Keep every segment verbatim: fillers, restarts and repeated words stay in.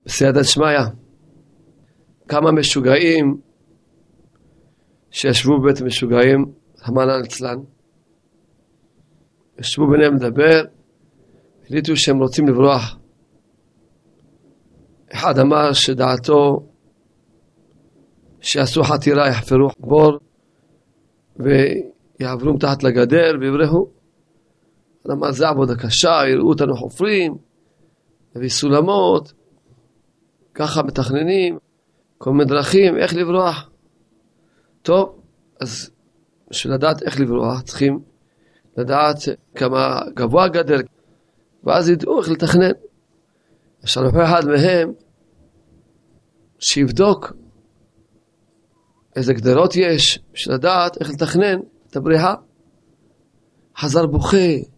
בסייעתא דשמיא, כמה משוגעים שישבו בבית המשוגעים, רחמנא ליצלן, ישבו ביניהם לדבר, החליטו שהם רוצים לברוח. אחד אמר שדעתו שיעשו חתירה, יחפרו בור ויעברו מתחת לגדר ויברחו. אמר זה עבודה קשה, יראו אותנו חופרים וסולמות, ככה מתכננים כל מיני דרכים איך לברוח. טוב, אז בשביל לדעת איך לברוח צריכים לדעת כמה גבוה הגדר, ואז ידעו איך לתכנן. יש לנו אחד מהם שיבדוק איזה גדרות יש בשביל לדעת איך לתכנן את הבריחה. חזר בוכה,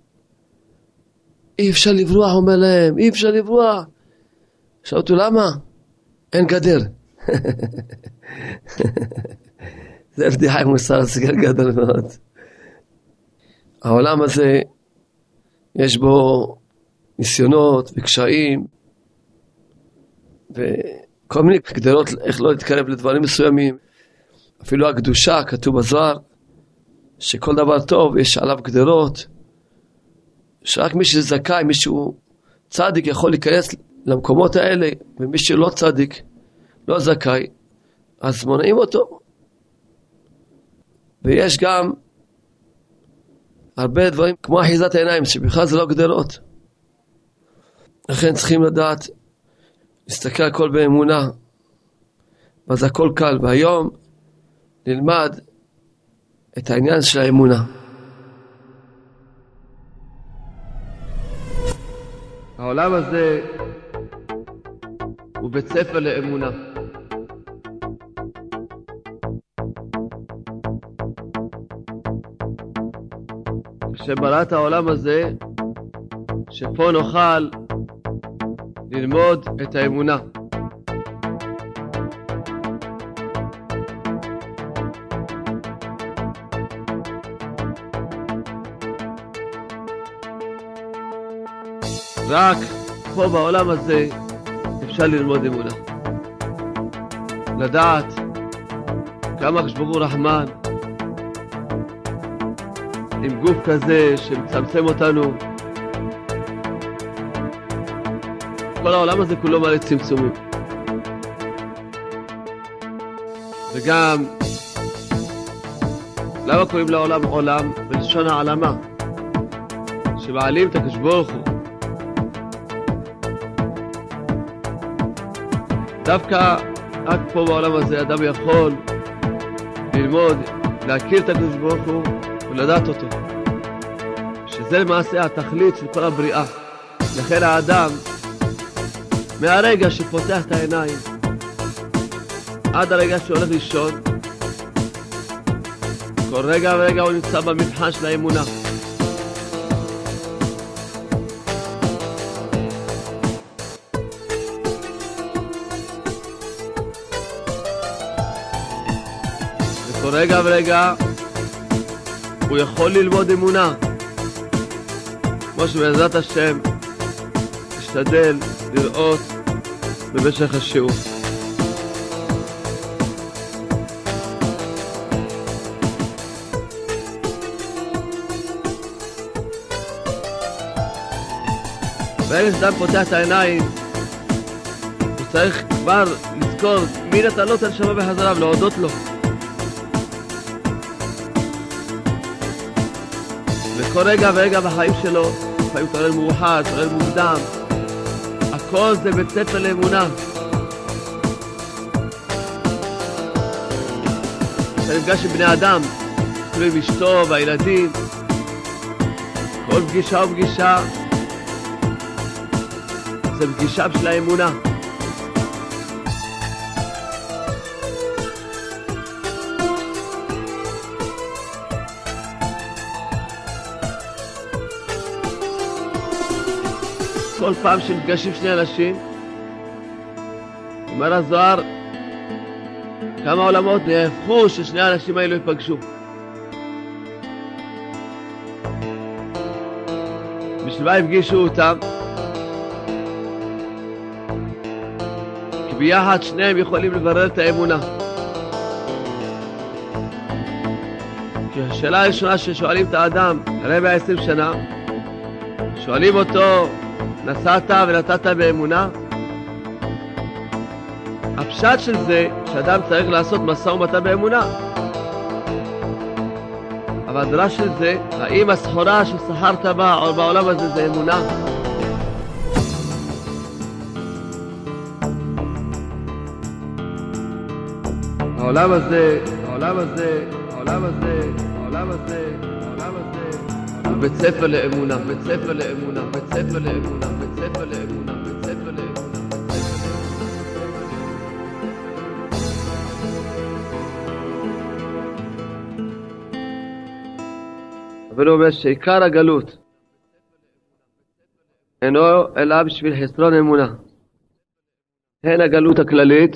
אי אפשר לברוח, אומר להם, אי אפשר לברוח. שאלו אותו למה? אין גדר. זה בדיחה עם מוסר סגר גדול מאוד. העולם הזה יש בו ניסיונות וקשיים וכל מיני גדרות איך לא להתקרב לדברים מסוימים. אפילו הקדושה, כתוב בזוהר שכל דבר טוב יש עליו גדרות, שרק מי שזכאי, מי שהוא צדיק יכול להיכנס למקומות האלה, ומי שלא צדיק, לא זכאי, אז מונעים אותו. ויש גם הרבה דברים כמו אחיזת העיניים, שבכלל זה לא גדרות. לכן צריכים לדעת, להסתכל הכל באמונה, ואז הכל קל. והיום נלמד את העניין של האמונה. העולם הזה הוא בית ספר לאמונה. כשברא את העולם הזה, שפה נוכל ללמוד את האמונה. רק פה בעולם הזה אפשר ללמוד אמונה. לדעת כמה הקדוש ברוך הוא רחמן, עם גוף כזה שמצמצם אותנו. כל העולם הזה כולו מלא צמצומים. וגם, למה קוראים לעולם עולם? בלשון העלמה, שמעלים את הקדוש ברוך הוא. דווקא רק פה בעולם הזה אדם יכול ללמוד, להכיר את הקדוש ברוך הוא ולדעת אותו, שזה למעשה התכלית של כל הבריאה. לכן האדם מהרגע שפותח את העיניים עד הרגע שהולך לישון, כל רגע ורגע הוא נמצא במבחן של האמונה. וכל רגע ורגע הוא יכול ללמוד אמונה, כמו שבעזרת השם נשתדל לראות במשך השיעור. ברגע שאדם פותח את העיניים, הוא צריך כבר לזכור מי נתן לו את הנשמה בחזרה ולהודות לו. וכל רגע ורגע בחיים שלו, לפעמים תולל מאוחר, תולל מוקדם, הכל זה בית ספר לאמונה. אתה נפגש עם בני אדם, אפילו עם אשתו והילדים, כל פגישה ופגישה זה פגישה של האמונה. כל פעם שמפגשים שני אנשים, אומר הזוהר, כמה עולמות נהפכו ששני האנשים האלו ייפגשו. בשביל מה הפגישו אותם? שביחד שניהם יכולים לברר את האמונה. כי השאלה הראשונה ששואלים את האדם, הרי מאה ועשרים שנה, שואלים אותו, נסעת ונתת באמונה? הפשט של זה, שאדם צריך לעשות משא ומתן באמונה. אבל הדרש של זה, האם הסחורה שסחרת בה או בעולם הזה זה אמונה? העולם הזה, העולם הזה, העולם הזה, העולם הזה, העולם הזה, הוא בית ספר לאמונה, בית ספר לאמונה, בית ספר לאמונה, בית ספר לאמונה, בית ספר לאמונה. אבל הוא אומר שעיקר הגלות אינו אלא בשביל חסרון אמונה. הן הגלות הכללית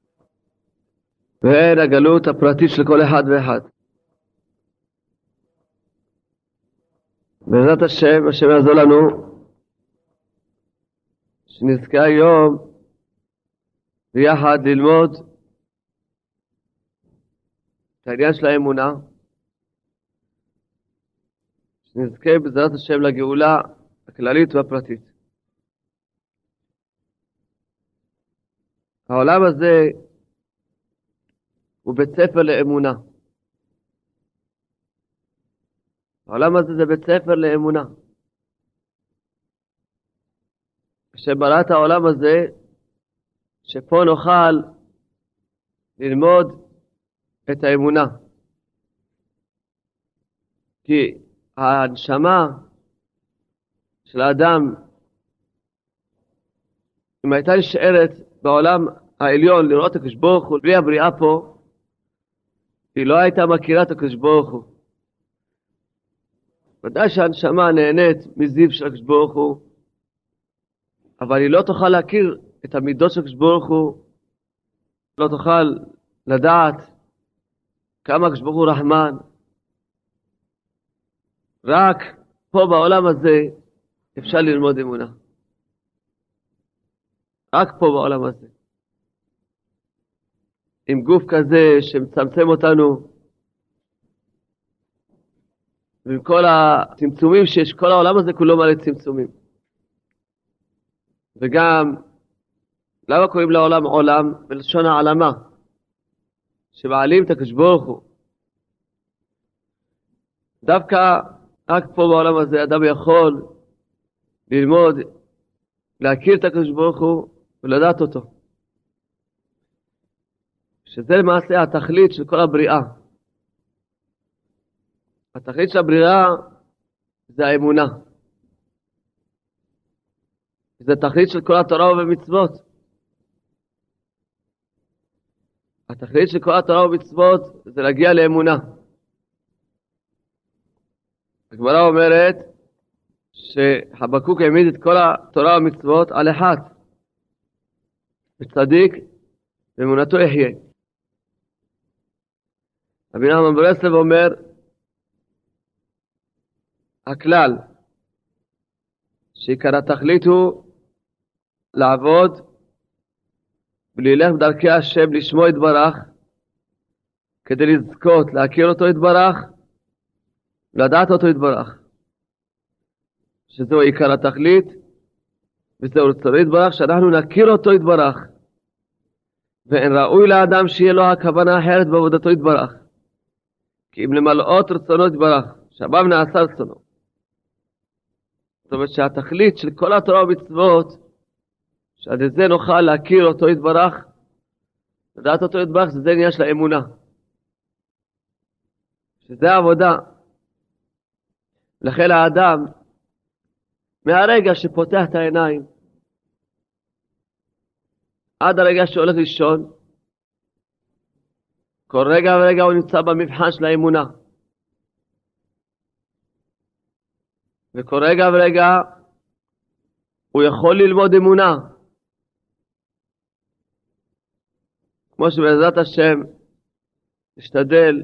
והן הגלות הפרטית של כל אחד ואחד. בעזרת השם, השם יעזור לנו שנזכה היום ביחד ללמוד את העניין של האמונה, שנזכה בעזרת השם לגאולה הכללית והפרטית. העולם הזה הוא בית ספר לאמונה. העולם הזה זה בית ספר לאמונה. כשברא את העולם הזה, שפה נוכל ללמוד את האמונה. כי הנשמה של האדם, אם הייתה נשארת בעולם העליון לראות את הקדוש ברוך הוא בלי הבריאה פה, היא לא הייתה מכירה את הקדוש ברוך הוא. ודאי שהנשמה נהנית מזיו של הקדוש ברוך הוא, אבל היא לא תוכל להכיר את המידות של הקדוש ברוך הוא, לא תוכל לדעת כמה הקדוש ברוך הוא רחמן. רק פה בעולם הזה אפשר ללמוד אמונה. רק פה בעולם הזה. עם גוף כזה שמצמצם אותנו, ועם כל הצמצומים שיש, כל העולם הזה כולו מלא צמצומים. וגם, למה קוראים לעולם עולם? בלשון העלמה, שמעלים את הקדוש ברוך הוא. דווקא רק פה בעולם הזה אדם יכול ללמוד, להכיר את הקדוש ברוך הוא ולדעת אותו. שזה למעשה התכלית של כל הבריאה. התכלית של הבריאה זה האמונה. זה התכלית של כל התורה ומצוות. התכלית של כל התורה ומצוות זה להגיע לאמונה. הגמרא אומרת שחבקוק העמיד את כל התורה ומצוות על אחד. וצדיק באמונתו יחיה. רבי נחמן ברסלב אומר, הכלל שעיקר התכלית הוא לעבוד וללך בדרכי השם לשמו יתברך, כדי לזכות להכיר אותו יתברך ולדעת אותו יתברך, שזהו עיקר התכלית, וזהו רצונו יתברך שאנחנו נכיר אותו יתברך, ואין ראוי לאדם שיהיה לו הכוונה אחרת בעבודתו יתברך, כי אם למלאות רצונו יתברך שבב נעשה רצונו. זאת אומרת שהתכלית של כל התורה ומצוות, שעד זה נוכל להכיר אותו יתברך, לדעת אותו יתברך, זה עניין של האמונה, שזה העבודה. לכן האדם מהרגע שפותח את העיניים עד הרגע שהולך לישון, כל רגע ורגע הוא נמצא במבחן של האמונה. וכל רגע ורגע הוא יכול ללמוד אמונה. כמו שבעזרת השם נשתדל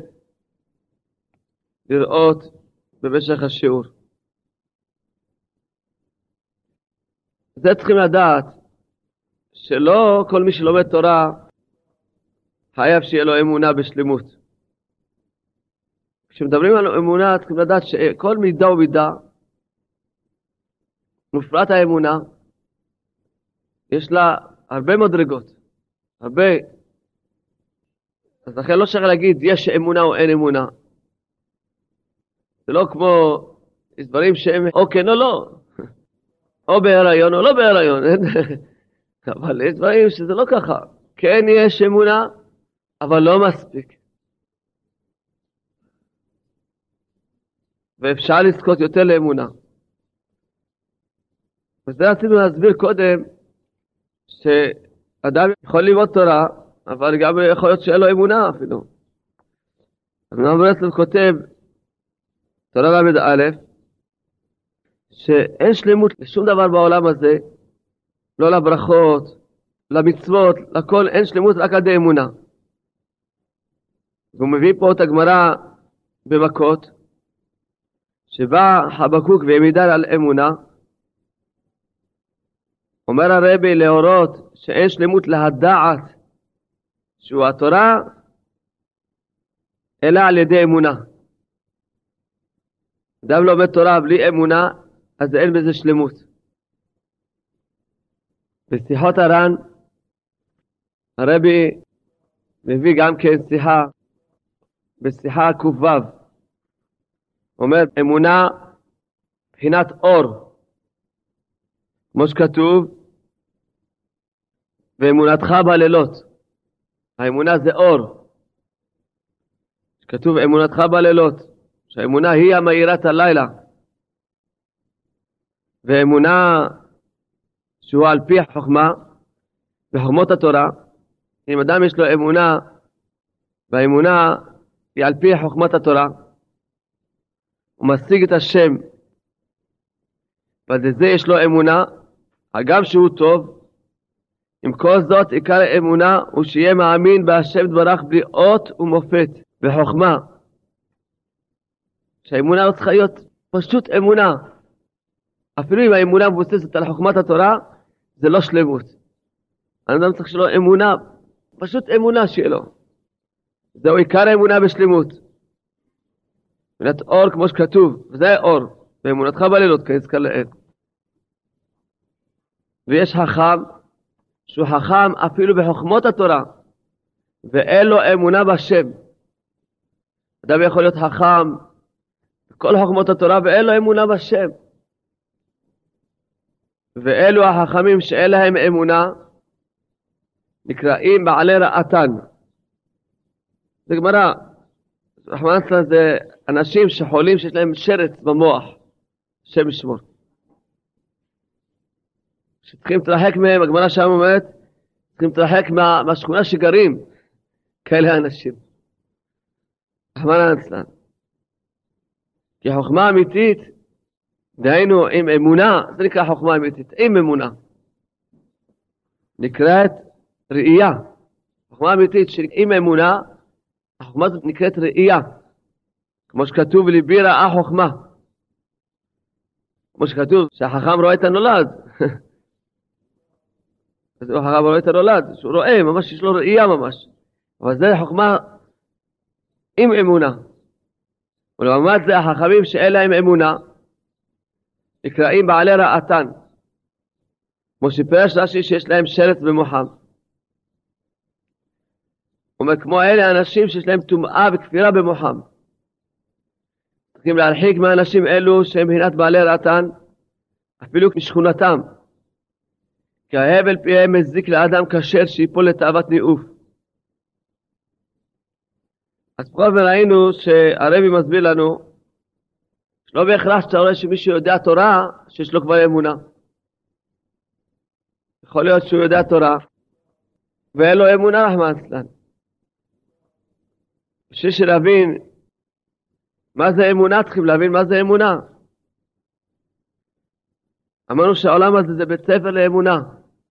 לראות במשך השיעור. זה צריכים לדעת שלא כל מי שלומד תורה חייב שיהיה לו אמונה בשלמות. כשמדברים על אמונה צריכים לדעת שכל מידה ומידה, מופרט האמונה, יש לה הרבה מדרגות, הרבה. אז לכן לא שייך להגיד יש אמונה או אין אמונה. זה לא כמו, יש דברים שהם או כן או לא, או בהיריון או לא בהיריון. אבל יש דברים שזה לא ככה. כן יש אמונה, אבל לא מספיק. ואפשר לזכות יותר לאמונה. וזה רצינו להסביר קודם, שאדם יכול ללמוד תורה, אבל גם יכול להיות שאין לו אמונה אפילו. הרב ברסלב כותב, תורה למד א', שאין שלמות לשום דבר בעולם הזה, לא לברכות, למצוות, לכל, אין שלמות רק עד אמונה. והוא מביא פה את הגמרא במכות, שבא חבקוק והעמידן על אמונה, אומר הרבי להורות שאין שלמות להדעת שהוא התורה, אלא על ידי אמונה. אדם לומד תורה בלי אמונה, אז אין בזה שלמות. בשיחות הר"ן, הרבי מביא גם כן שיחה, בשיחה ק"ו, אומר אמונה בחינת אור, כמו שכתוב, ואמונתך בלילות. האמונה זה אור. כתוב אמונתך בלילות, שהאמונה היא המאירת הלילה. ואמונה שהוא על פי החוכמה, בחוכמות התורה, אם אדם יש לו אמונה, והאמונה היא על פי חוכמת התורה, הוא משיג את השם, ובזה יש לו אמונה, הגם שהוא טוב, עם כל זאת עיקר האמונה הוא שיהיה מאמין בהשם דברך בלי אות ומופת וחוכמה. שהאמונה לא צריכה להיות פשוט אמונה. אפילו אם האמונה מבוססת על חוכמת התורה, זה לא שלמות. האדם צריך שלו אמונה, פשוט אמונה שיהיה לו. זהו עיקר האמונה בשלמות. אמונת אור כמו שכתוב, וזה אור, באמונתך בלילות כנזכר לעיל. ויש חכם, שהוא חכם אפילו בחוכמות התורה, ואין לו אמונה בשם. אדם יכול להיות חכם בכל חוכמות התורה, ואין לו אמונה בשם. ואלו החכמים שאין להם אמונה, נקראים בעלי רעתן. זה גמרא, רחמנא ליצלן, זה אנשים שחולים שיש להם שרץ במוח, השם ישמור. שצריכים להתרחק מהם, הגמרא שם אומרת, צריכים להתרחק מה, מהשכונה שגרים, כאלה אנשים. רחמנא ליצלן. כי חוכמה אמיתית, דהיינו עם אמונה, זה נקרא חוכמה אמיתית, עם אמונה. נקראת ראייה. חוכמה אמיתית שעם אמונה, החוכמה הזאת נקראת ראייה. כמו שכתוב ליבי ראה חוכמה. כמו שכתוב שהחכם רואה את הנולד. אז החכם רואה את הנולד, שהוא רואה, ממש יש לו ראייה ממש. אבל זה חוכמה עם אמונה. ולעומת זה החכמים שאין להם אמונה, נקראים בעלי רעתן. כמו שפרש רש"י שיש להם שרץ במוחם. אומר, כמו אלה אנשים שיש להם טומאה וכפירה במוחם. צריכים להרחיק מהאנשים אלו שהם מבחינת בעלי רעתן, אפילו משכונתם. כי ההבל פיהם מזיק לאדם כשר שיפול לתאוות ניאוף. אז פה וראינו שהרבי מסביר לנו, שלא בהכרח שאתה רואה שמישהו יודע תורה, שיש לו כבר אמונה. יכול להיות שהוא יודע תורה, ואין לו אמונה, רחמנא ליצלן. בשביל שנבין מה זה אמונה, צריכים להבין מה זה אמונה. אמרנו שהעולם הזה זה בית ספר לאמונה.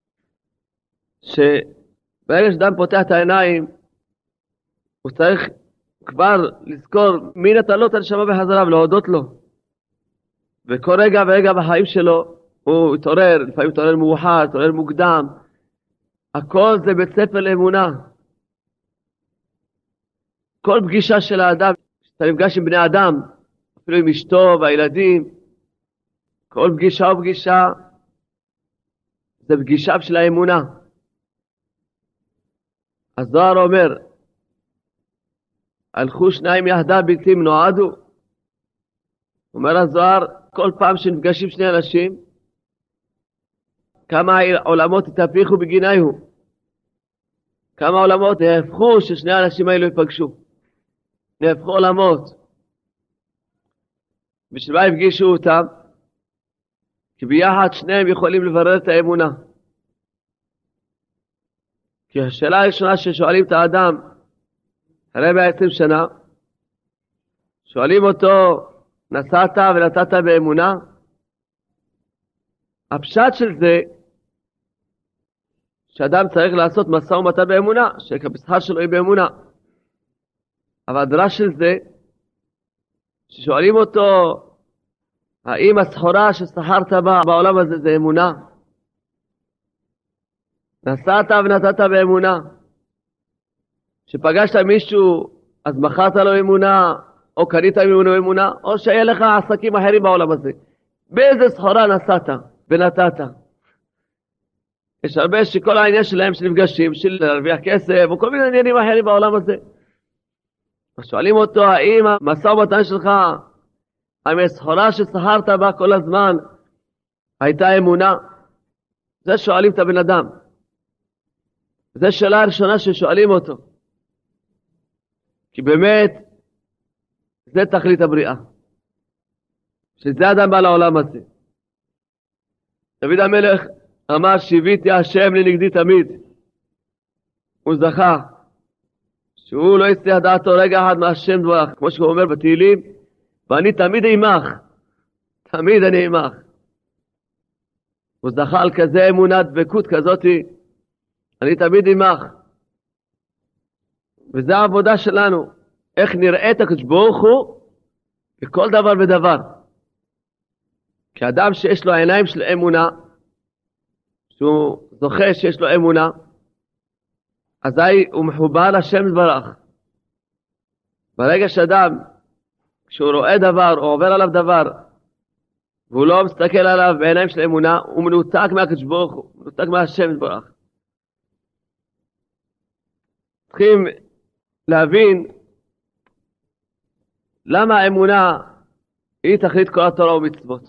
שברגע שאדם פותח את העיניים, הוא צריך כבר לזכור מי נתן לו את הנשמה בחזרה ולהודות לו. וכל רגע ורגע בחיים שלו הוא התעורר, לפעמים התעורר מאוחר, התעורר מוקדם. הכל זה בית ספר לאמונה. כל פגישה של האדם, כשאתה נפגש עם בני אדם, אפילו עם אשתו והילדים, כל פגישה ופגישה, זה פגישה של האמונה. הזוהר אומר, הלכו שניים יחדיו בלתי נועדו. אומר הזוהר, כל פעם שנפגשים שני אנשים, כמה עולמות התהפכו בגיניהו. כמה עולמות נהפכו ששני האנשים האלו יפגשו. נהפכו עולמות. בשביל מה הפגישו אותם? כי ביחד שניהם יכולים לברר את האמונה. כי השאלה הראשונה ששואלים את האדם, אחרי מאה ועשרים שנה, שואלים אותו, נסעת ונתת באמונה? הפשט של זה, שאדם צריך לעשות משא ומתן באמונה, שהמסחר שלו היא באמונה. אבל הדרש של זה, ששואלים אותו, האם הסחורה שסחרת בה בעולם הזה זה אמונה? נסעת ונתת באמונה. שפגשת מישהו, אז מכרת לו אמונה, או קנית ממנו אמונה, או שהיה לך עסקים אחרים בעולם הזה. באיזה סחורה נסעת ונתת? יש הרבה שכל העניין שלהם שנפגשים, של להרוויח כסף, או כל מיני עניינים אחרים בעולם הזה. שואלים אותו, האם המשא ומתן שלך, האם הסחורה שסחרת בה כל הזמן, הייתה אמונה? זה שואלים את הבן אדם. זו שאלה הראשונה ששואלים אותו. כי באמת, זה תכלית הבריאה. שזה אדם בא לעולם הזה. דוד המלך אמר, שיביתי השם לנגדי תמיד. הוא זכה. שהוא לא יצליח דעתו רגע אחד מהשם דברך. כמו שהוא אומר בתהילים, ואני תמיד עמך. תמיד אני עמך. הוא זכה על כזה אמונת דבקות כזאת. אני תמיד עמך. וזה העבודה שלנו. איך נראה את הקדוש ברוך הוא בכל דבר ודבר. כאדם שיש לו עיניים של אמונה, שהוא זוכה שיש לו אמונה, אזי הוא מחובר לשם דברך. ברגע שאדם, כשהוא רואה דבר או עובר עליו דבר, והוא לא מסתכל עליו בעיניים של אמונה, הוא מנותק מהקדוש ברוך הוא, מנותק מהשם דברך. צריכים להבין למה האמונה היא תכלית כל התורה ומצוות.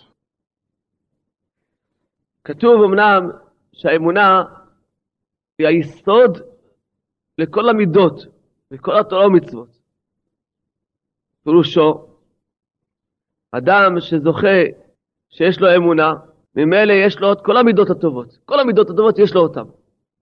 כתוב אמנם שהאמונה היא היסוד לכל המידות וכל התורה ומצוות. פירושו, אדם שזוכה שיש לו אמונה, ממילא יש לו את כל המידות הטובות. כל המידות הטובות יש לו אותן.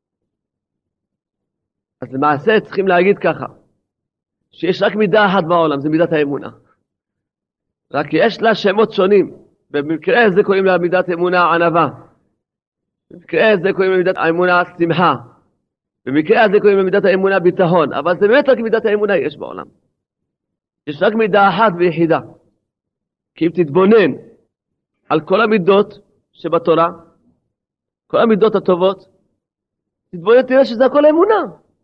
אז למעשה צריכים להגיד ככה, שיש רק מידה אחת בעולם, זה מידת האמונה. רק יש לה שמות שונים. במקרה הזה קוראים לה מידת אמונה ענווה. במקרה הזה קוראים לה מידת האמונה שמחה. במקרה הזה קוראים לה מידת האמונה ביטחון. אבל זה באמת רק מידת האמונה יש בעולם. יש רק מידה אחת ויחידה. כי אם תתבונן על כל המידות שבתורה, כל המידות הטובות, תתבונן תראה שזה הכל אמונה.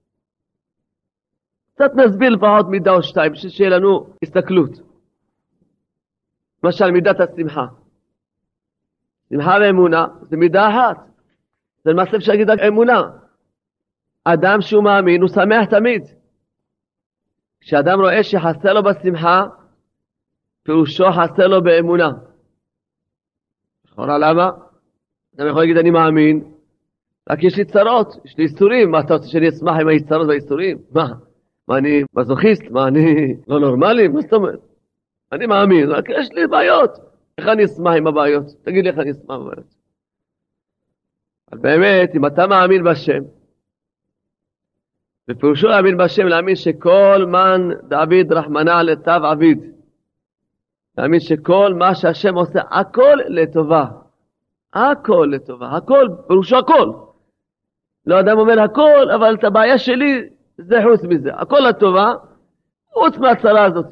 קצת נסביר לפחות מידה או שתיים, בשביל שיהיה לנו הסתכלות. למשל מידת השמחה. שמחה ואמונה זה מידה אחת. זה למעשה אפשר להגיד אמונה. אדם שהוא מאמין הוא שמח תמיד. כשאדם רואה שחסר לו בשמחה, פירושו חסר לו באמונה. לכאורה למה? אדם יכול להגיד אני מאמין, רק יש לי צרות, יש לי איסורים. מה אתה רוצה שאני אשמח עם היצרות והאיסורים? מה? מה אני מזוכיסט? מה אני לא נורמלי? מה זאת אומרת? אני מאמין, רק יש לי בעיות. איך אני אשמח עם הבעיות? תגיד לי איך אני אשמח עם הבעיות. אבל באמת, אם אתה מאמין בשם, ופירושו להאמין בשם, להאמין שכל מן דוד רחמנא לטב עביד. להאמין שכל מה שהשם עושה, הכל לטובה. הכל לטובה. הכל, פירושו הכל. לא אדם אומר הכל, אבל את הבעיה שלי זה חוץ מזה. הכל לטובה, חוץ מהצרה הזאת.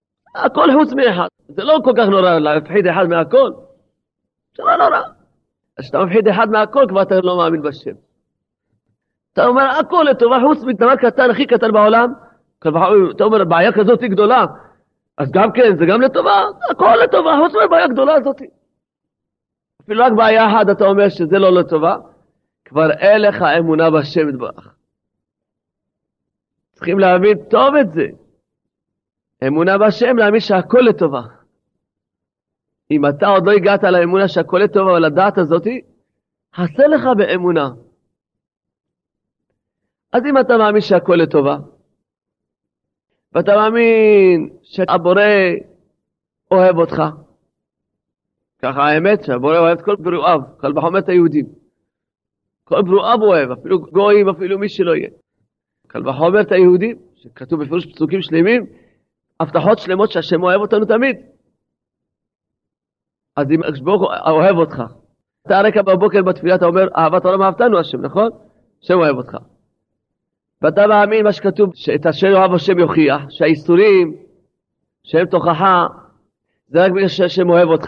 הכל חוץ מאחד. זה לא כל כך נורא להפחיד אחד מהכל. זה לא נורא. כשאתה מפחיד אחד מהכל, כבר אתה לא מאמין בשם. אתה אומר, הכל לטובה, חוץ מדבר קטן, הכי קטן בעולם. אתה אומר, בעיה כזאת היא גדולה. אז גם כן, זה גם לטובה, הכל לטובה, חוץ מהבעיה הגדולה הזאת. אפילו רק בעיה אחת, אתה אומר שזה לא לטובה, כבר אין לך אמונה בשם יתברך. צריכים להבין טוב את זה. אמונה בשם, להאמין שהכל לטובה. אם אתה עוד לא הגעת לאמונה שהכל לטובה, או לדעת הזאת, חסר לך באמונה. אז אם אתה מאמין שהכל לטובה, ואתה מאמין שהבורא אוהב אותך, ככה האמת שהבורא אוהב כל ברואיו, כל בחומר את היהודים. כל ברואיו אוהב, אפילו גויים, אפילו מי שלא יהיה. כל בחומר את היהודים, שכתוב בפירוש פסוקים שלמים, הבטחות שלמות שהשם אוהב אותנו תמיד. אז אם ברוך אוהב אותך, אתה הרקע בבוקר בתפילה, אתה אומר, אהבת העולם אהבתנו השם, נכון? השם אוהב אותך. ואתה מאמין מה שכתוב, שאת אשר אוהב השם יוכיח, שהאיסורים שהם תוכחה, זה רק בגלל שהשם אוהב אותך.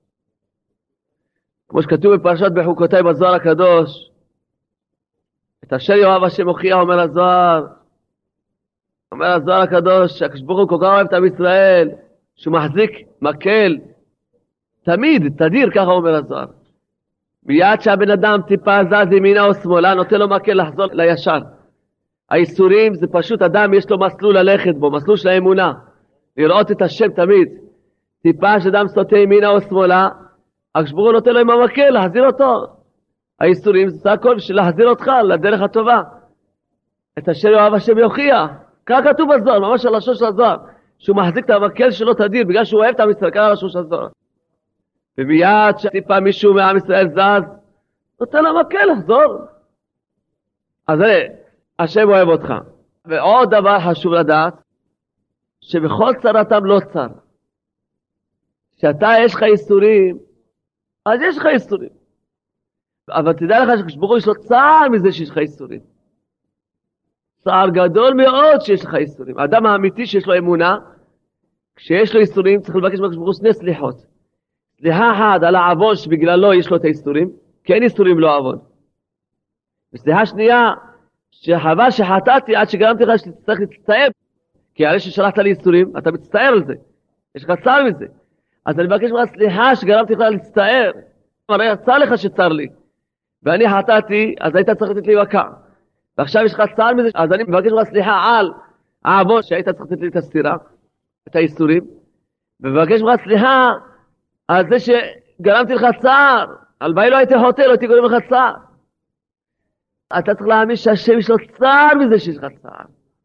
כמו שכתוב בפרשת בחוקותיי בזוהר הקדוש, את אשר יאהב השם יוכיח, אומר הזוהר, אומר הזוהר הקדוש, שהקדוש הוא כל כך אוהב את עם ישראל, שהוא מחזיק מקל, תמיד, תדיר, ככה אומר הזוהר. מיד שהבן אדם טיפה זז ימינה או שמאלה, נותן לו מקל לחזור לישר. האיסורים זה פשוט אדם יש לו מסלול ללכת בו, מסלול של האמונה, לראות את השם תמיד. טיפה שאדם סוטה ימינה או שמאלה, הקדוש נותן לו עם המקל להחזיר אותו. האיסורים זה הכל בשביל להחזיר אותך לדרך הטובה. את אשר יאהב השם יוכיח. כך כתוב בזוהר, ממש על לשון של הזוהר, שהוא מחזיק את המקל שלו תדיר, בגלל שהוא אוהב את עם ישראל, ככה לשון של הזוהר. ומיד שטיפה מישהו מעם ישראל זז, נותן לו מקל לחזור. אז זה, השם אוהב אותך. ועוד דבר חשוב לדעת, שבכל צרתם לא צר. שאתה יש לך איסורים, אז יש לך איסורים. אבל תדע לך שכשברוך יש לו צער מזה שיש לך איסורים. צער גדול מאוד שיש לך איסורים. האדם האמיתי שיש לו אמונה, כשיש לו איסורים צריך לבקש מהקדוש שני סליחות. סליחה אחת על העוון שבגללו יש לו את האיסורים, כי אין איסורים לא עוון. וסליחה שנייה, שחבל שחטאתי עד שגרמתי לך שתצטרך להצטער, כי הרי ששלחת לי איסורים, אתה מצטער על זה. יש לך צער מזה. אז אני מבקש ממך סליחה שגרמתי לך להצטער. הרי יצא לך שצר לי. ואני חטאתי, אז היית צריך לתת לי וכה. ועכשיו יש לך צער מזה, אז אני מבקש ממך סליחה על העוון שהיית צריך לתת לי את הסתירה, את האיסורים. ומבקש ממך סליחה על זה שגרמתי לך צער. הלוואי לא הייתי חוטא, לא הייתי גורם לך צער. אתה צריך להאמין שהשם יש לו צער מזה שיש לך צער.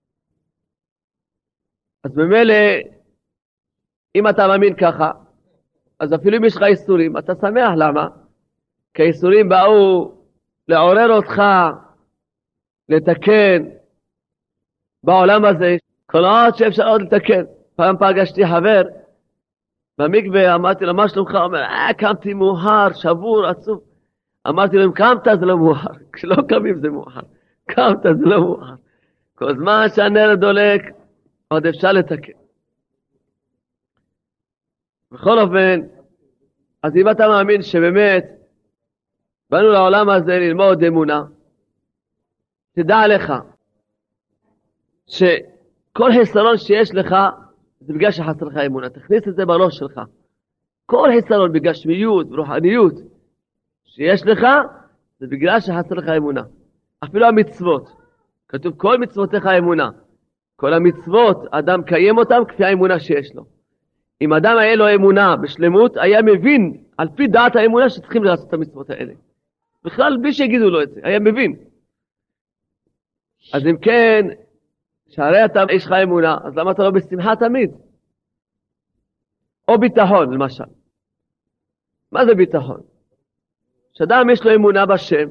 אז במילא, אם אתה מאמין ככה, אז אפילו אם יש לך איסורים, אתה שמח. למה? כי האיסורים באו לעורר אותך, לתקן בעולם הזה, כל עוד שאפשר עוד לתקן. פעם פגשתי חבר, במקווה אמרתי לו, מה שלומך? הוא אומר, אה, קמתי מאוחר, שבור, עצוב. אמרתי לו, אם קמת זה לא מאוחר, כשלא קמים זה מאוחר, קמת זה לא מאוחר. כל זמן שהנר דולק, עוד אפשר לתקן. בכל אופן, אז אם אתה מאמין שבאמת, באנו לעולם הזה ללמוד אמונה, תדע לך, שכל חסרון שיש לך, זה בגלל שחסר לך אמונה, תכניס את זה בראש שלך. כל חסרון בגשמיות, ברוחניות, שיש לך, זה בגלל שחסר לך אמונה. אפילו המצוות, כתוב כל מצוותיך אמונה. כל המצוות, אדם קיים אותם כפי האמונה שיש לו. אם אדם היה לו אמונה בשלמות, היה מבין על פי דעת האמונה שצריכים לעשות את המצוות האלה. בכלל, בלי שיגידו לו את זה, היה מבין. אז אם כן, שהרי אתה יש לך אמונה, אז למה אתה לא בשמחה תמיד? או ביטחון, למשל. מה זה ביטחון? שאדם יש לו אמונה בשם,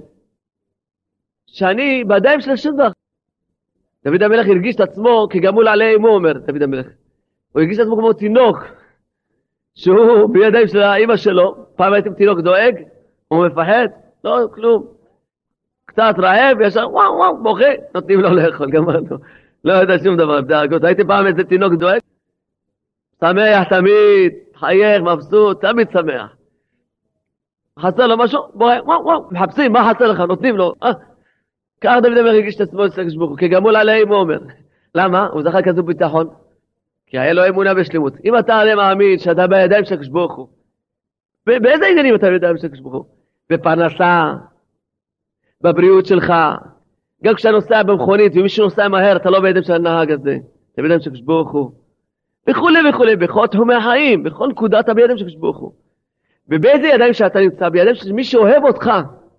שאני בידיים של השם דבר. דוד המלך הרגיש את עצמו כגמול עלי אמו, אומר דוד המלך. הוא הרגיש את עצמו כמו תינוק, שהוא בידיים של האמא שלו. פעם הייתם תינוק דואג, הוא מפחד, לא כלום. קצת רעב, ישר וואו וואו, בוכה, נותנים לו לאכול, גמרנו. לא יודע שום דבר, בדאגות. הייתם פעם איזה תינוק דואג? שמח תמיד, חייך, מבסוט, תמיד שמח. חסר לו משהו, בורא, וואו וואו, מחפשים, מה חסר לך, נותנים לו, אה, כך דוד המלך הרגיש את עצמו אצל הקדוש ברוך הוא, כגמול עליהם הוא אומר. למה? הוא זכה כזו ביטחון. כי היה לו אמונה בשלמות. אם אתה הרי מאמין שאתה בידיים של הקדוש ברוך הוא, באיזה עניינים אתה בידיים של הקדוש ברוך הוא? בפרנסה, בבריאות שלך, גם כשאתה נוסע במכונית ומישהו נוסע מהר, אתה לא בידיים של הנהג הזה, אתה בידיים של הקדוש ברוך הוא. וכולי וכולי, בכל תחומי החיים, בכל נקודה אתה בידיים של הקדוש ברוך הוא. ובאיזה ידיים שאתה נמצא? בידיים של מי שאוהב אותך.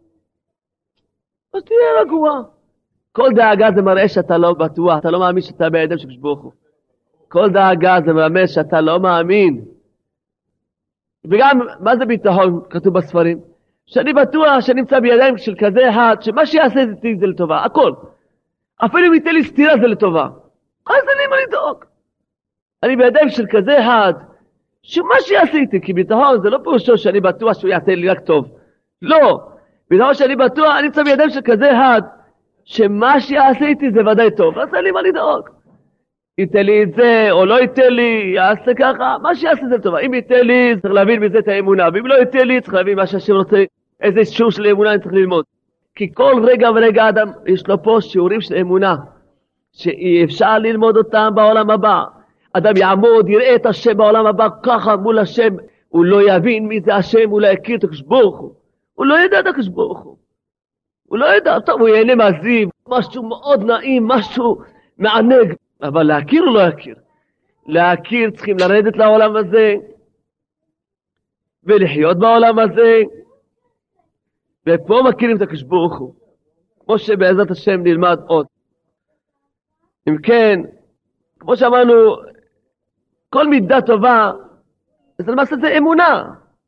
אז תהיה רגוע. כל דאגה זה מראה שאתה לא בטוח, אתה לא מאמין שאתה בידיים של הקדוש ברוך הוא. כל דאגה זה מראה שאתה לא מאמין. וגם, מה זה ביטחון? כתוב בספרים. שאני בטוח שנמצא בידיים של כזה אחד, שמה שיעשה איתי זה לטובה, הכל. אפילו אם ייתן לי סתירה זה לטובה. אז אני מה לדאוג. אני בידיים של כזה אחד, שמה שיעשה איתי, כי ביטחון זה לא פירושו שאני בטוח שהוא יעשה לי רק טוב. לא. ביטחון שאני בטוח, אני נמצא בידיים של כזה אחד, שמה שיעשה איתי זה ודאי טוב. אז אין לי מה לדאוג. ייתן לי את זה, או לא ייתן לי, יעשה ככה, מה שיעשה זה לטובה. אם ייתן לי, צריך להבין מזה את האמונה, ואם לא ייתן לי, צריך להבין מה שהשם רוצה, איזה שיעור של אמונה אני צריך ללמוד. כי כל רגע ורגע אדם, יש לו פה שיעורים של אמונה, שאי אפשר ללמוד אותם בעולם הבא. אדם יעמוד, יראה את השם בעולם הבא, ככה מול השם, הוא לא יבין מי זה השם, הוא לא יכיר את הקדוש ברוך הוא. הוא לא ידע את הקדוש ברוך הוא. הוא לא ידע, טוב, הוא ייהנה מהזיו, משהו מאוד נעים, משהו מענג. אבל להכיר או לא להכיר? להכיר צריכים לרדת לעולם הזה, ולחיות בעולם הזה, ופה מכירים את הקדוש ברוך הוא, כמו שבעזרת השם נלמד עוד. אם כן, כמו שאמרנו, כל מידה טובה, זה למעשה זה אמונה.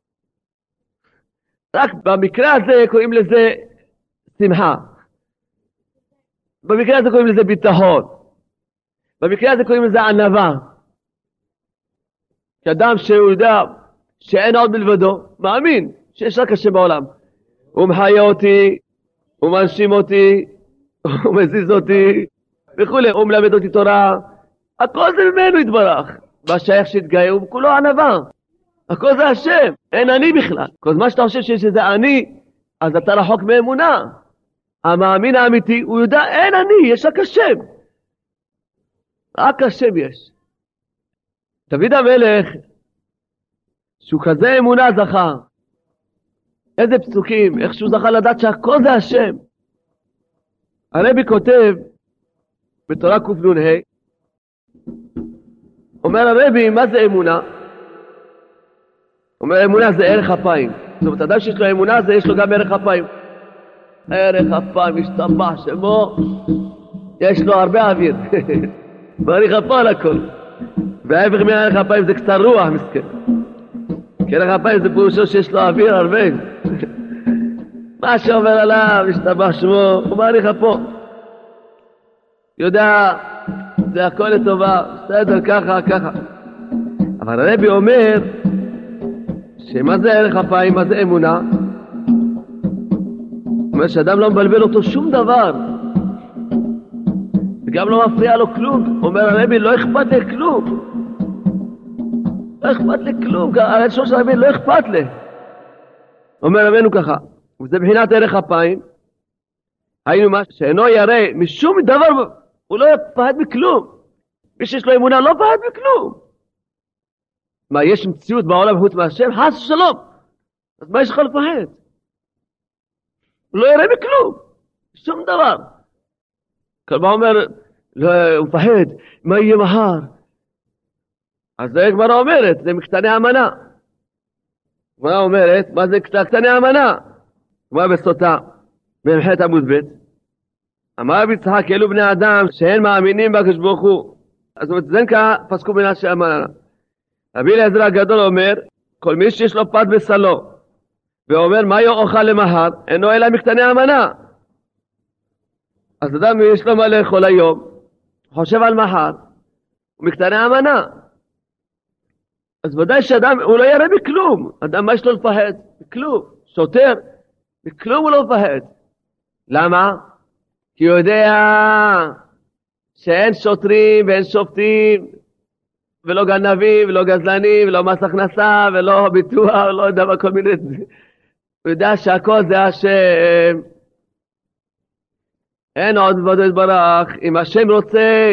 רק במקרה הזה קוראים לזה שמחה. במקרה הזה קוראים לזה ביטחון. במקרה הזה קוראים לזה ענווה. כאדם שהוא יודע שאין עוד מלבדו, מאמין שיש רק השם בעולם. הוא מחיה אותי, הוא מנשים אותי, הוא מזיז אותי, וכו'. הוא מלמד אותי תורה. הכל זה ממנו יתברך. בשייך שהתגאה הוא כולו ענווה. הכל זה השם, אין אני בכלל. כל מה שאתה חושב שיש איזה אני, אז אתה רחוק מאמונה. המאמין האמיתי, הוא יודע, אין אני, יש רק השם. רק השם יש. דוד המלך, שהוא כזה אמונה זכה, איזה פסוקים, איך שהוא זכה לדעת שהכל זה השם. הרבי כותב בתורה קנ"ה, אומר הרבי, מה זה אמונה? אומר אמונה זה ערך אפיים. זאת אומרת, אדם שיש לו אמונה זה יש לו גם ערך אפיים. ערך אפיים, משתבח שמו, יש לו הרבה אוויר. מעריך אפה על הכל. וההפך מערך אפיים זה קצת רוח מסכן. כי ערך אפיים זה פירושו שיש לו אוויר הרבה. מה שאומר עליו, משתבח שמו, הוא מעריך אפו. יודע, זה הכל לטובה, בסדר, ככה, ככה. אבל הרבי אומר, שמה זה ערך אפיים, מה זה אמונה? הוא אומר שאדם לא מבלבל אותו שום דבר. וגם לא מפריע לו כלום. אומר הרבי, לא אכפת לי כלום. לא אכפת לי כלום. הראשון של הרבי, לא אכפת לי. אומר רבנו ככה, וזה בחינת ערך אפיים, היינו מה שאינו ירא משום דבר, הוא לא יפחד מכלום. מי שיש לו אמונה לא פחד מכלום. מה, יש מציאות בעולם חוץ מהשם? חס ושלום. אז מה יש לך לפחד? הוא לא ירא מכלום. שום דבר. כלומר אומר, לא, הוא מפחד, מה יהיה מחר? אז זה הגמרא אומרת, זה מקטני המנה. הגמרא אומרת, מה זה קטני המנה? כמו בסוטה, במחית עמוד ב', אמר רבי יצחק, אלו בני אדם שאין מאמינים בקדוש ברוך הוא. אז זאת אומרת, זה נקרא פסקו בנה של המנה. רבי אליעזר הגדול אומר, כל מי שיש לו פת בסלו, ואומר מה יאכל למחר, אינו אלא מקטני המנה. אז אדם יש לו מה לאכול היום, חושב על מחר, הוא מקטני המנה. אז ודאי שאדם, הוא לא ירא בכלום. אדם מה יש לו לפחד? בכלום. שוטר, בכלום הוא לא מפחד. למה? כי הוא יודע שאין שוטרים ואין שופטים, ולא גנבים, ולא גזלנים, ולא מס הכנסה, ולא ביטוח, ולא יודע מה, כל מיני הוא יודע שהכל זה השם. אין עוד מלבדו יתברך. אם השם רוצה,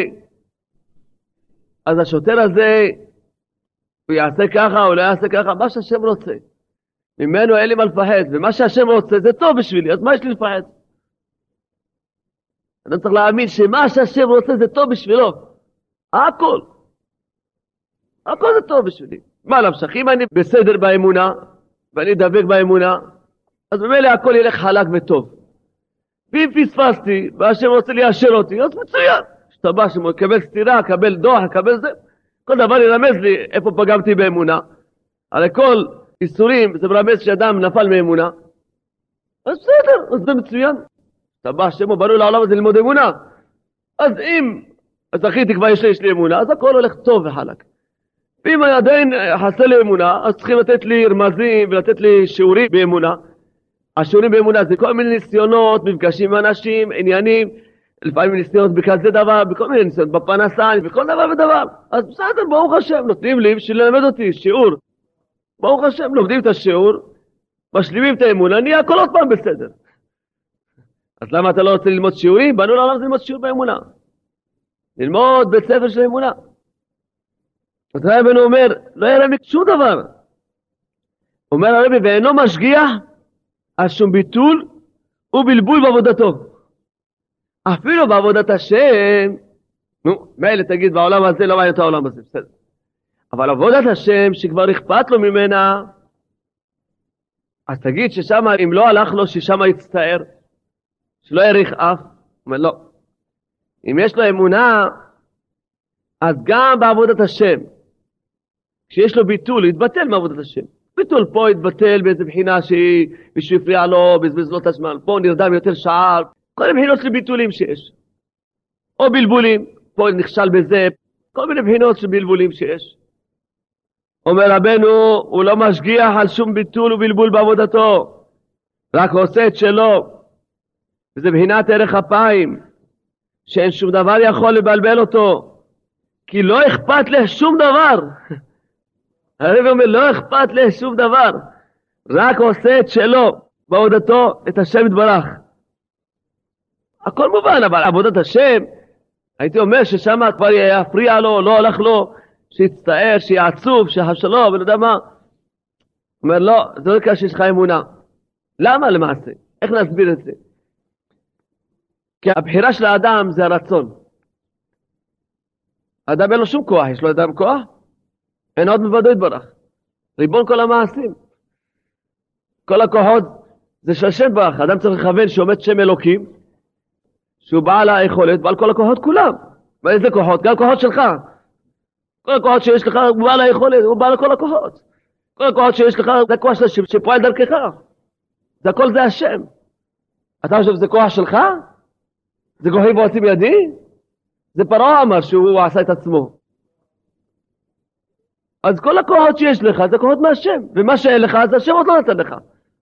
אז השוטר הזה, הוא יעשה ככה, הוא לא יעשה ככה, מה שהשם רוצה. ממנו אין לי מה לפחד, ומה שהשם רוצה זה טוב בשבילי, אז מה יש לי לפחד? אני צריך להאמין שמה שהשם רוצה זה טוב בשבילו. הכל. הכל זה טוב בשבילי. מה להמשיך? אם אני בסדר באמונה, ואני דבק באמונה, אז במילא הכל ילך חלק וטוב. ואם פספסתי, והשם רוצה ליישר אותי, אז מצוין. שתבא שמו, יקבל סתירה, קבל דוח, קבל זה. כל דבר yrמז לי איפה פגמתי באמונה. הרי כל איסורים, זה מרמז שאדם נפל מאמונה. אז בסדר, אז זה מצוין. שתבא שמו, בנו לעולם הזה ללמוד אמונה. אז אם, אז אחי תקווה יש לי, יש לי אמונה, אז הכל הולך טוב וחלק. ואם עדיין חסר לי אמונה, אז צריכים לתת לי רמזים ולתת לי שיעורים באמונה. השיעורים באמונה זה כל מיני ניסיונות, מפגשים עם אנשים, עניינים, לפעמים ניסיונות בכזה דבר, בכל מיני ניסיונות, בפנסה, בכל דבר ודבר. אז בסדר, ברוך השם, נותנים לי בשביל ללמד אותי שיעור. ברוך השם, לומדים את השיעור, משלימים את האמונה, נהיה כל עוד פעם בסדר. אז למה אתה לא רוצה ללמוד שיעורים? באנו לעולם זה ללמוד שיעור באמונה. ללמוד בית ספר של אמונה. אז הרב אומר, לא יראה שום דבר. אומר הרב, ואינו משגיח על שום ביטול ובלבול בעבודתו. אפילו בעבודת השם, נו, מילא תגיד בעולם הזה, לא מעניין את העולם הזה, בסדר. אבל עבודת השם שכבר אכפת לו ממנה, אז תגיד ששם, אם לא הלך לו, ששם יצטער, שלא יריך אף. הוא אומר, לא. אם יש לו אמונה, אז גם בעבודת השם, כשיש לו ביטול, יתבטל מעבודת השם. ביטול פה יתבטל באיזה בחינה שהיא, מישהו הפריע לו, בזבז לו את הזמן, פה נרדם יותר שעה, כל מיני בחינות של ביטולים שיש. או בלבולים, פה נכשל בזה, כל מיני בחינות של בלבולים שיש. אומר רבנו, הוא לא משגיח על שום ביטול ובלבול בעבודתו, רק עושה את שלו. וזה בחינת ערך אפיים, שאין שום דבר יכול לבלבל אותו, כי לא אכפת לה שום דבר. הרב אומר, לא אכפת לה שום דבר, רק עושה את שלו, בעבודתו, את השם יתברך. הכל מובן, אבל עבודת השם, הייתי אומר ששם כבר יפריע לו, לא הולך לו, שיצטער, שיעצוב, שיחשלו, ולא יודע מה. אומר, לא, זה לא כאשר יש לך אמונה. למה למעשה? איך נסביר את זה? כי הבחירה של האדם זה הרצון. האדם אין לו שום כוח, יש לו אדם כוח? אין עוד מלבדו יתברך. ריבון כל המעשים. כל הכוחות זה של השם יתברך. האדם צריך לכוון שעומד שם אלוקים, שהוא בעל היכולת, בעל כל הכוחות כולם. ואיזה כוחות? גם כוחות שלך. כל הכוחות שיש לך, הוא בעל היכולת, הוא בעל כל הכוחות. כל הכוחות שיש לך, זה הכוח של השם שפועל דרכך. זה הכל זה השם. אתה חושב שזה כוח שלך? זה כוחי ועוצי בידי? זה פרעה אמר שהוא עשה את עצמו. אז כל הכוחות שיש לך זה כוחות מהשם, ומה שאין לך אז השם עוד לא נתן לך.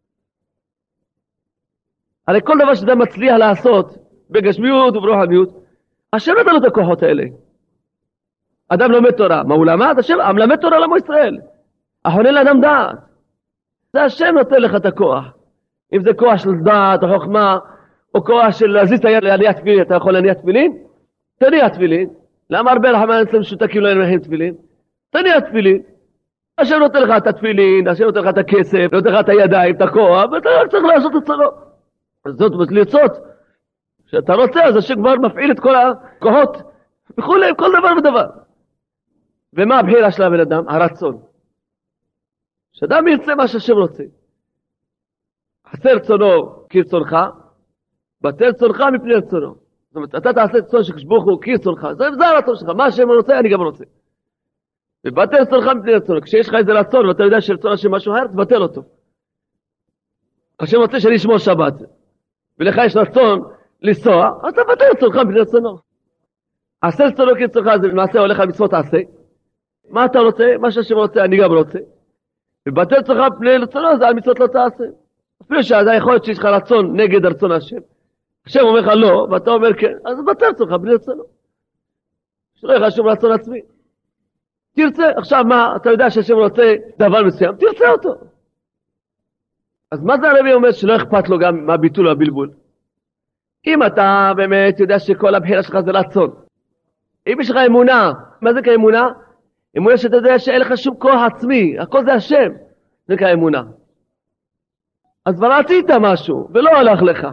הרי כל דבר שאתה מצליח לעשות בגשמיות וברוחניות, השם נתן לו את הכוחות האלה. אדם לומד תורה, מה הוא למד? השם מלמד תורה לעמו ישראל. החונן לאדם דעת. זה השם נותן לך את הכוח. אם זה כוח של דעת או חוכמה, או כוח של להזיז את היד להניח תפילין, אתה יכול להניח תפילין? תניח תפילין. למה הרבה רחמנא ליצלן משותקים לא יניחים תפילין? תניח תפילין. השם נותן לך את התפילין, השם נותן לך את הכסף, נותן לך את הידיים, את הכוח, ואתה רק צריך לעשות את צלו. זאת אומרת לרצות. כשאתה רוצה, אז השם כבר מפעיל את כל הכוחות, וכולי, כל דבר ודבר. ומה הבחירה של הבן אדם? הרצון. שאדם ירצה מה שהשם רוצה. חסר רצונו כרצונך, בטל רצונך מפני רצונו. זאת אומרת, אתה תעשה את רצון שברוך הוא כרצונך, זה, זה הרצון שלך, מה השם רוצה אני גם רוצה. ובטל רצונך מפני רצונו, כשיש לך איזה רצון ואתה יודע שרצון השם משהו אחר, תבטל אותו. השם רוצה שאני אשמור שבת, ולך יש רצון לנסוע, אז אתה בטל רצונך מפני רצונו. עשה רצונו כרצונך, זה למעשה הולך על מצוות עשה. מה אתה רוצה? מה שהשם רוצה אני גם רוצה. ובטל רצונך מפני רצונו, זה על מצוות לא תעשה. אפילו שאתה יכול להיות שיש לך רצון נגד רצון השם. השם אומר לך לא, ואתה אומר כן, אז בטל רצונך בלי רצונו. שלא יהיה לך שום רצון עצמי. תרצה, עכשיו מה, אתה יודע שהשם רוצה דבר מסוים, תרצה אותו. אז מה זה הרבי אומר שלא אכפת לו גם מהביטול והבלבול? אם אתה באמת יודע שכל הבחירה שלך זה רצון, אם יש לך אמונה, מה זה כאמונה? אמונה שאתה יודע שאין לך שום כוח עצמי, הכל זה השם, זה כאמונה. אז כבר רצית משהו, ולא הלך לך.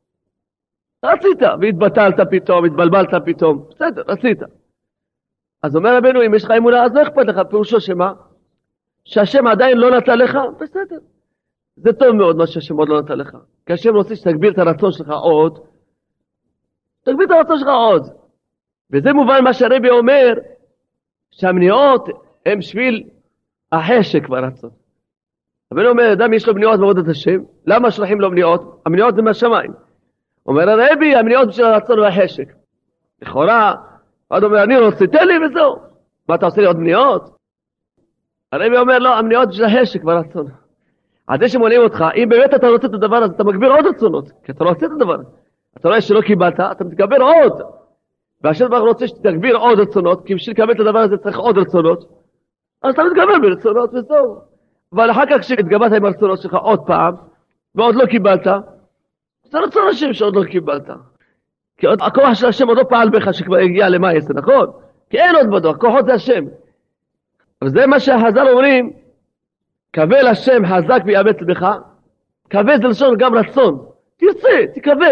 רצית, והתבטלת פתאום, התבלבלת פתאום, בסדר, רצית. אז אומר רבנו, אם יש לך אמונה, אז לא אכפת לך, פירושו שמה? שהשם עדיין לא נתן לך, בסדר. זה טוב מאוד מה שהשם עוד לא נתן לך. כי השם רוצה שתגביר את הרצון שלך עוד, תגביר את הרצון שלך עוד. וזה מובן מה שהרבי אומר, שהמניעות הם שביל החשק והרצון. רבנו אומר, אדם יש לו מניעות בעבודת השם, למה שולחים לו מניעות? המניעות זה מהשמיים. אומר הרבי, המניעות בשביל הרצון והחשק. לכאורה, עוד אומר, אני רוצה, תן לי וזהו. מה אתה עושה לי עוד מניעות? הרבי אומר, לא, המניעות בשביל החשק והרצון. עד זה שמונעים אותך, אם באמת אתה רוצה את הדבר הזה, אתה מגביר עוד רצונות, כי אתה לא רוצה את הדבר הזה. אתה רואה שלא קיבלת, אתה מתגבר עוד. והשם דבר רוצה שתגביר עוד רצונות, כי בשביל לקבל את הדבר הזה צריך עוד רצונות. אז אתה מתגבר ברצונות וזהו. אבל אחר כך כשהתגברת עם הרצונות שלך עוד פעם, ועוד לא קיבלת, זה רצון השם שעוד לא קיבלת. כי עוד, הכוח של השם עוד לא פעל בך שכבר הגיע למה יעשה, נכון? כי אין עוד בדו, הכוחות זה השם. אבל זה מה שהחז"ל אומרים, קווה לשם חזק ויאמץ בך, קווה זה לשון גם רצון, תרצה, תקווה.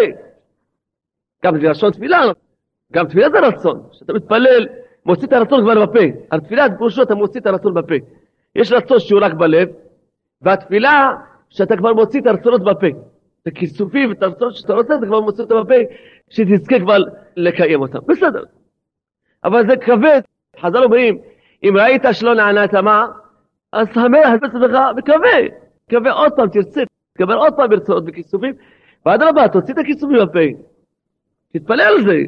גם זה לשון תפילה, גם תפילה זה רצון, שאתה מתפלל, מוציא את הרצון כבר בפה. התפילה זה פרושו, אתה מוציא את הרצון בפה. יש רצון שהוא רק בלב, והתפילה שאתה כבר מוציא את הרצונות בפה. את הכיסופים ואת הרצונות שאתה רוצה, אתה כבר מוציא אותם בפה, שתזכה כבר לקיים אותם. בסדר. אבל זה כבד. חז"ל אומרים, אם ראית שלא נענה את המה, אז המלך הפץ לך וקווה. קווה עוד פעם, תרצה. תקבל עוד פעם ברצונות וכיסופים, ועד רבה, תוציא את הכיסופים בפה. תתפלל על זה.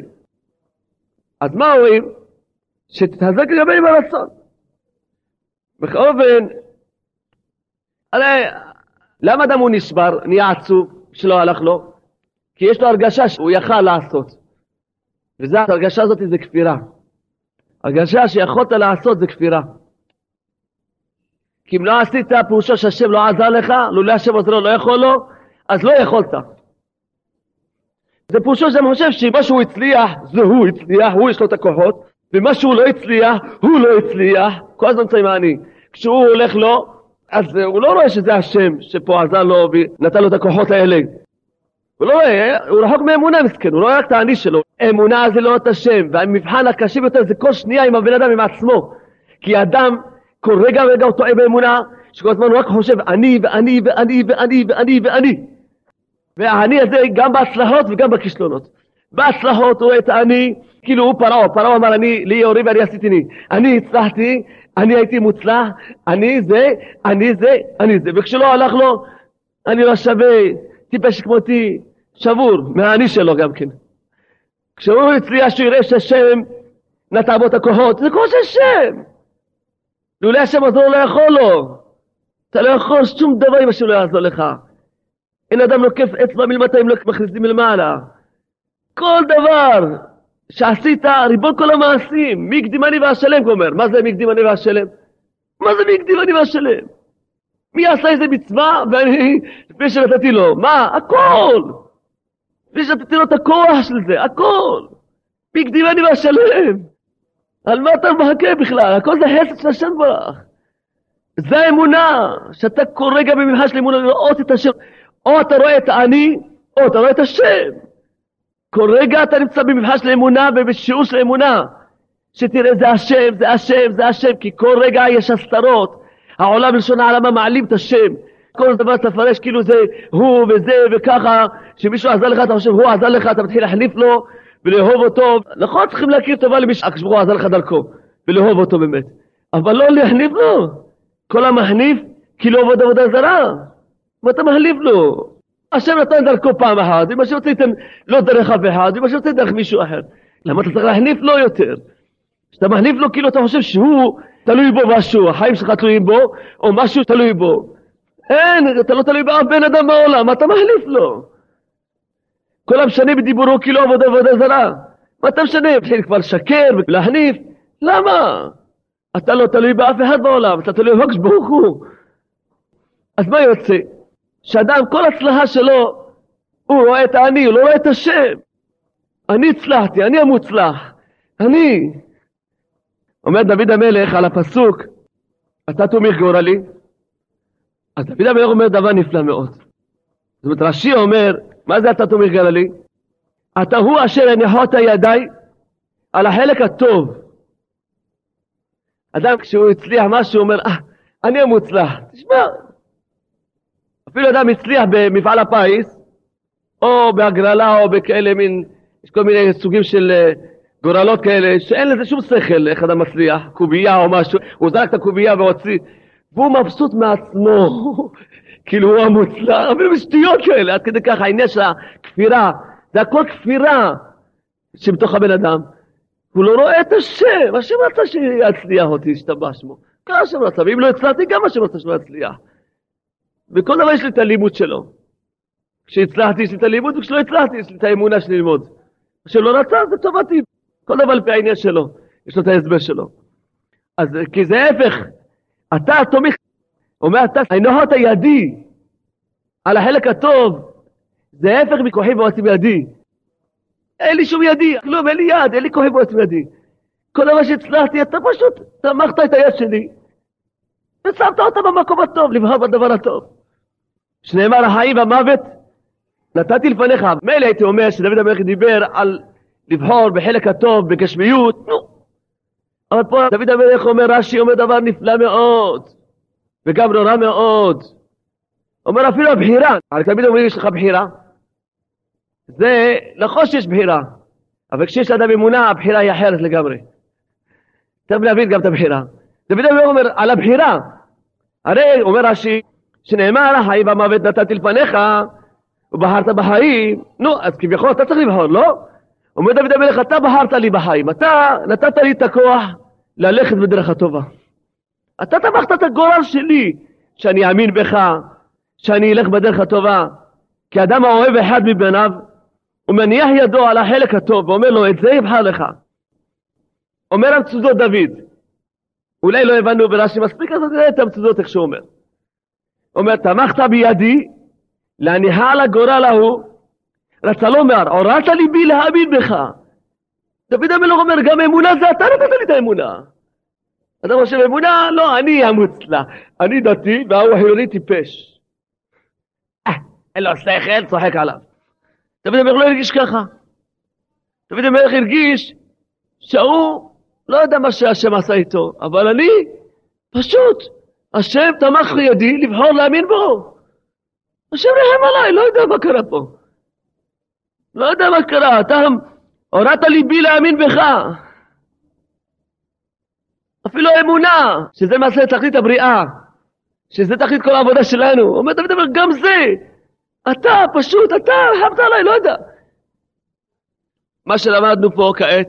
אז מה אומרים? שתתחזק לגבי עם הרצון. בכל אופן, הרי למה אדם הוא נשבר, נהיה עצוב, שלא הלך לו? כי יש לו הרגשה שהוא יכל לעשות. וזו הרגשה הזאת זה כפירה. הרגשה שיכולת לעשות זה כפירה. כי אם לא עשית פירושו שהשם לא עזר לך, לולא השם עזר לו לא יכול לו, אז לא יכולת. זה פירושו שאני חושב שמה שהוא הצליח, זה הוא הצליח, הוא יש לו את הכוחות, ומה שהוא לא הצליח, הוא לא הצליח. כל הזמן צאים אני. כשהוא הולך לו, אז הוא לא רואה שזה השם שפה עזר לו ונתן לו את הכוחות האלה. הוא לא רואה, הוא רחוק מאמונה מסכן, הוא לא רואה רק את העני שלו. אמונה זה לא את השם, והמבחן הקשה ביותר זה כל שנייה עם הבן אדם עם עצמו. כי אדם, כל רגע ורגע הוא טועה באמונה, שכל הזמן הוא רק חושב אני ואני ואני ואני ואני ואני. והאני הזה גם בהצלחות וגם בכישלונות. בהצלחות הוא רואה את האני, כאילו הוא פרעה, פרעה אמר אני, לי יורי ואני עשיתי אני. אני הצלחתי, אני הייתי מוצלח, אני זה, אני זה, אני זה. וכשלא הלך לו, אני לא שווה, טיפש כמותי, שבור, מהאני שלו גם כן. כשהוא הצליח שהוא יראה שהשם נתן בו את הכוחות, זה כמו שהשם. לולא השם עזור לא יכול לו. אתה לא יכול שום דבר אם השם לא יעזור לך. אין אדם נוקף אצבע מלמטה אם לא מכניסים מלמעלה. כל דבר שעשית, ריבון כל המעשים, מי הקדימני והשלם, אומר. מה זה מי הקדימני והשלם? מה זה מי הקדימני והשלם? מי עשה איזה מצווה ואני, לפני שנתתי לו, מה? הכל! לפני שנתתי לו את הכוח של זה, הכל! מי הקדימני והשלם? על מה אתה מחכה בכלל? הכל זה חסד של השם ברח. זה האמונה, שאתה כל רגע במבחן של אמונה לראות את השם. או אתה רואה את אני, או אתה רואה את השם. כל רגע אתה נמצא במבחן של אמונה ובשיעור של אמונה. שתראה זה השם, זה השם, זה השם, כי כל רגע יש הסתרות. העולם בלשון העלמה מעלים את השם. כל דבר תפרש כאילו זה הוא וזה וככה, שמישהו עזר לך, אתה חושב הוא עזר לך, אתה מתחיל להחליף לו ולאהוב אותו. נכון, צריכים להכיר טובה למישהו, כשברוך עזר לך דרכו, ולאהוב אותו באמת. אבל לא להחליף לו. כל המחליף, כאילו עובד עבודה זרה. ואתה מחליף לו. השם נתן דרכו פעם אחת, אם השם רוצה לתת לא דרך אף אחד, אם השם רוצה דרך מישהו אחר. למה אתה צריך להחליף לו יותר? כשאתה מחליף לו כאילו אתה חושב שהוא תלוי בו משהו, החיים שלך תלויים בו, או משהו תלוי בו. אין, אתה לא תלוי באף בן אדם בעולם, אתה מחליף לו. כל המשנה בדיבורו כאילו עבודה עבודה זרה. מה אתה משנה? מתחיל כבר לשקר ולהחליף. למה? אתה לא תלוי באף אחד בעולם, אתה תלוי בקדוש ברוך הוא. אז מה יוצא? שאדם כל הצלחה שלו, הוא רואה את האני, הוא לא רואה את השם. אני הצלחתי, אני המוצלח, אני. אומר דוד המלך על הפסוק, אתה תומך גורלי. אז דוד המלך אומר דבר נפלא מאוד. זאת אומרת, רש"י אומר, מה זה אתה תומך גורלי? אתה הוא אשר הנחת ידיי על החלק הטוב. אדם כשהוא הצליח משהו, הוא אומר, אה, אני המוצלח. תשמע, אפילו אדם הצליח במפעל הפיס, או בהגרלה, או בכאלה מין, יש כל מיני סוגים של גורלות כאלה, שאין לזה שום שכל, איך אדם מצליח, קובייה או משהו, הוא זרק את הקובייה והוציא, והוא מבסוט מעצמו, כאילו הוא המוצלח, אבל בשטויות כאלה, עד כדי ככה, העניין של הכפירה, זה הכל כפירה שבתוך הבן אדם, הוא לא רואה את השם, השם רצה שיצליח אותי, ישתבח שמו, ככה השם רצה, ואם לא הצלחתי, גם השם רצה שלא יצליח, וכל דבר יש לי את הלימוד שלו, כשהצלחתי יש לי את הלימוד, וכשלא הצלחתי יש לי את האמונה שלי ללמוד, כשלא רצה זה טובתי, כל דבר לפי העניין שלו, יש לו את ההסבר שלו, אז כי זה ההפך, אתה תומך, אומר אתה, הנחת ידי על החלק הטוב, זה ההפך מכוחי ועוצם ידי. אין לי שום ידי, כלום, אין לי יד, אין לי כוחי ועוצם ידי. כל דבר שהצלחתי, אתה פשוט תמכת את היד שלי, ושמת אותה במקום הטוב, לבחור בדבר הטוב. שנאמר החיים והמוות, נתתי לפניך. מילא הייתי אומר שדוד המלך דיבר על לבחור בחלק הטוב, בגשמיות, נו. אבל פה דוד המלך אומר, רש"י אומר דבר נפלא מאוד, וגם נורא מאוד. אומר אפילו הבחירה, הרי תמיד אומרים יש לך בחירה. זה נכון שיש בחירה, אבל כשיש לאדם אמונה, הבחירה היא אחרת לגמרי. צריך להבין גם את הבחירה. דוד המלך אומר על הבחירה, הרי אומר רש"י, שנאמר החיים והמוות נתתי לפניך, ובחרת בחיים, נו, אז כביכול אתה צריך לבחור, לא? אומר דוד המלך, אתה בחרת לי בחיים, אתה נתת לי את הכוח ללכת בדרך הטובה. אתה תמכת את הגורל שלי, שאני אאמין בך, שאני אלך בדרך הטובה. כי אדם האוהב אחד מבניו, הוא מניח ידו על החלק הטוב, ואומר לו, את זה יבחר לך. אומר המצודות דוד, אולי לא הבנו ברש"י מספיק, אז נראה את המצודות איך שהוא אומר. אומר, תמכת בידי, להניחה על הגורל ההוא, רצה לומר, הוראת ליבי להאמין בך. דוד המלך אומר, גם אמונה זה אתה נתת לי את האמונה. אדם חושב, אמונה, לא, אני המוצלח, אני דתי, והוא חילוני טיפש. אה, אין לו שכל, צוחק עליו. דוד המלך לא הרגיש ככה. דוד המלך הרגיש שהוא לא יודע מה שהשם עשה איתו, אבל אני, פשוט, השם תמך לידי לבחור להאמין בו. השם רחם עליי, לא יודע מה קרה פה. לא יודע מה קרה, אתה הוראת ליבי להאמין בך. אפילו האמונה, שזה מעשה תכלית הבריאה, שזה תכלית כל העבודה שלנו. אומר דוד המלך, גם זה, אתה פשוט, אתה רחמת עליי, לא יודע. מה שלמדנו פה כעת,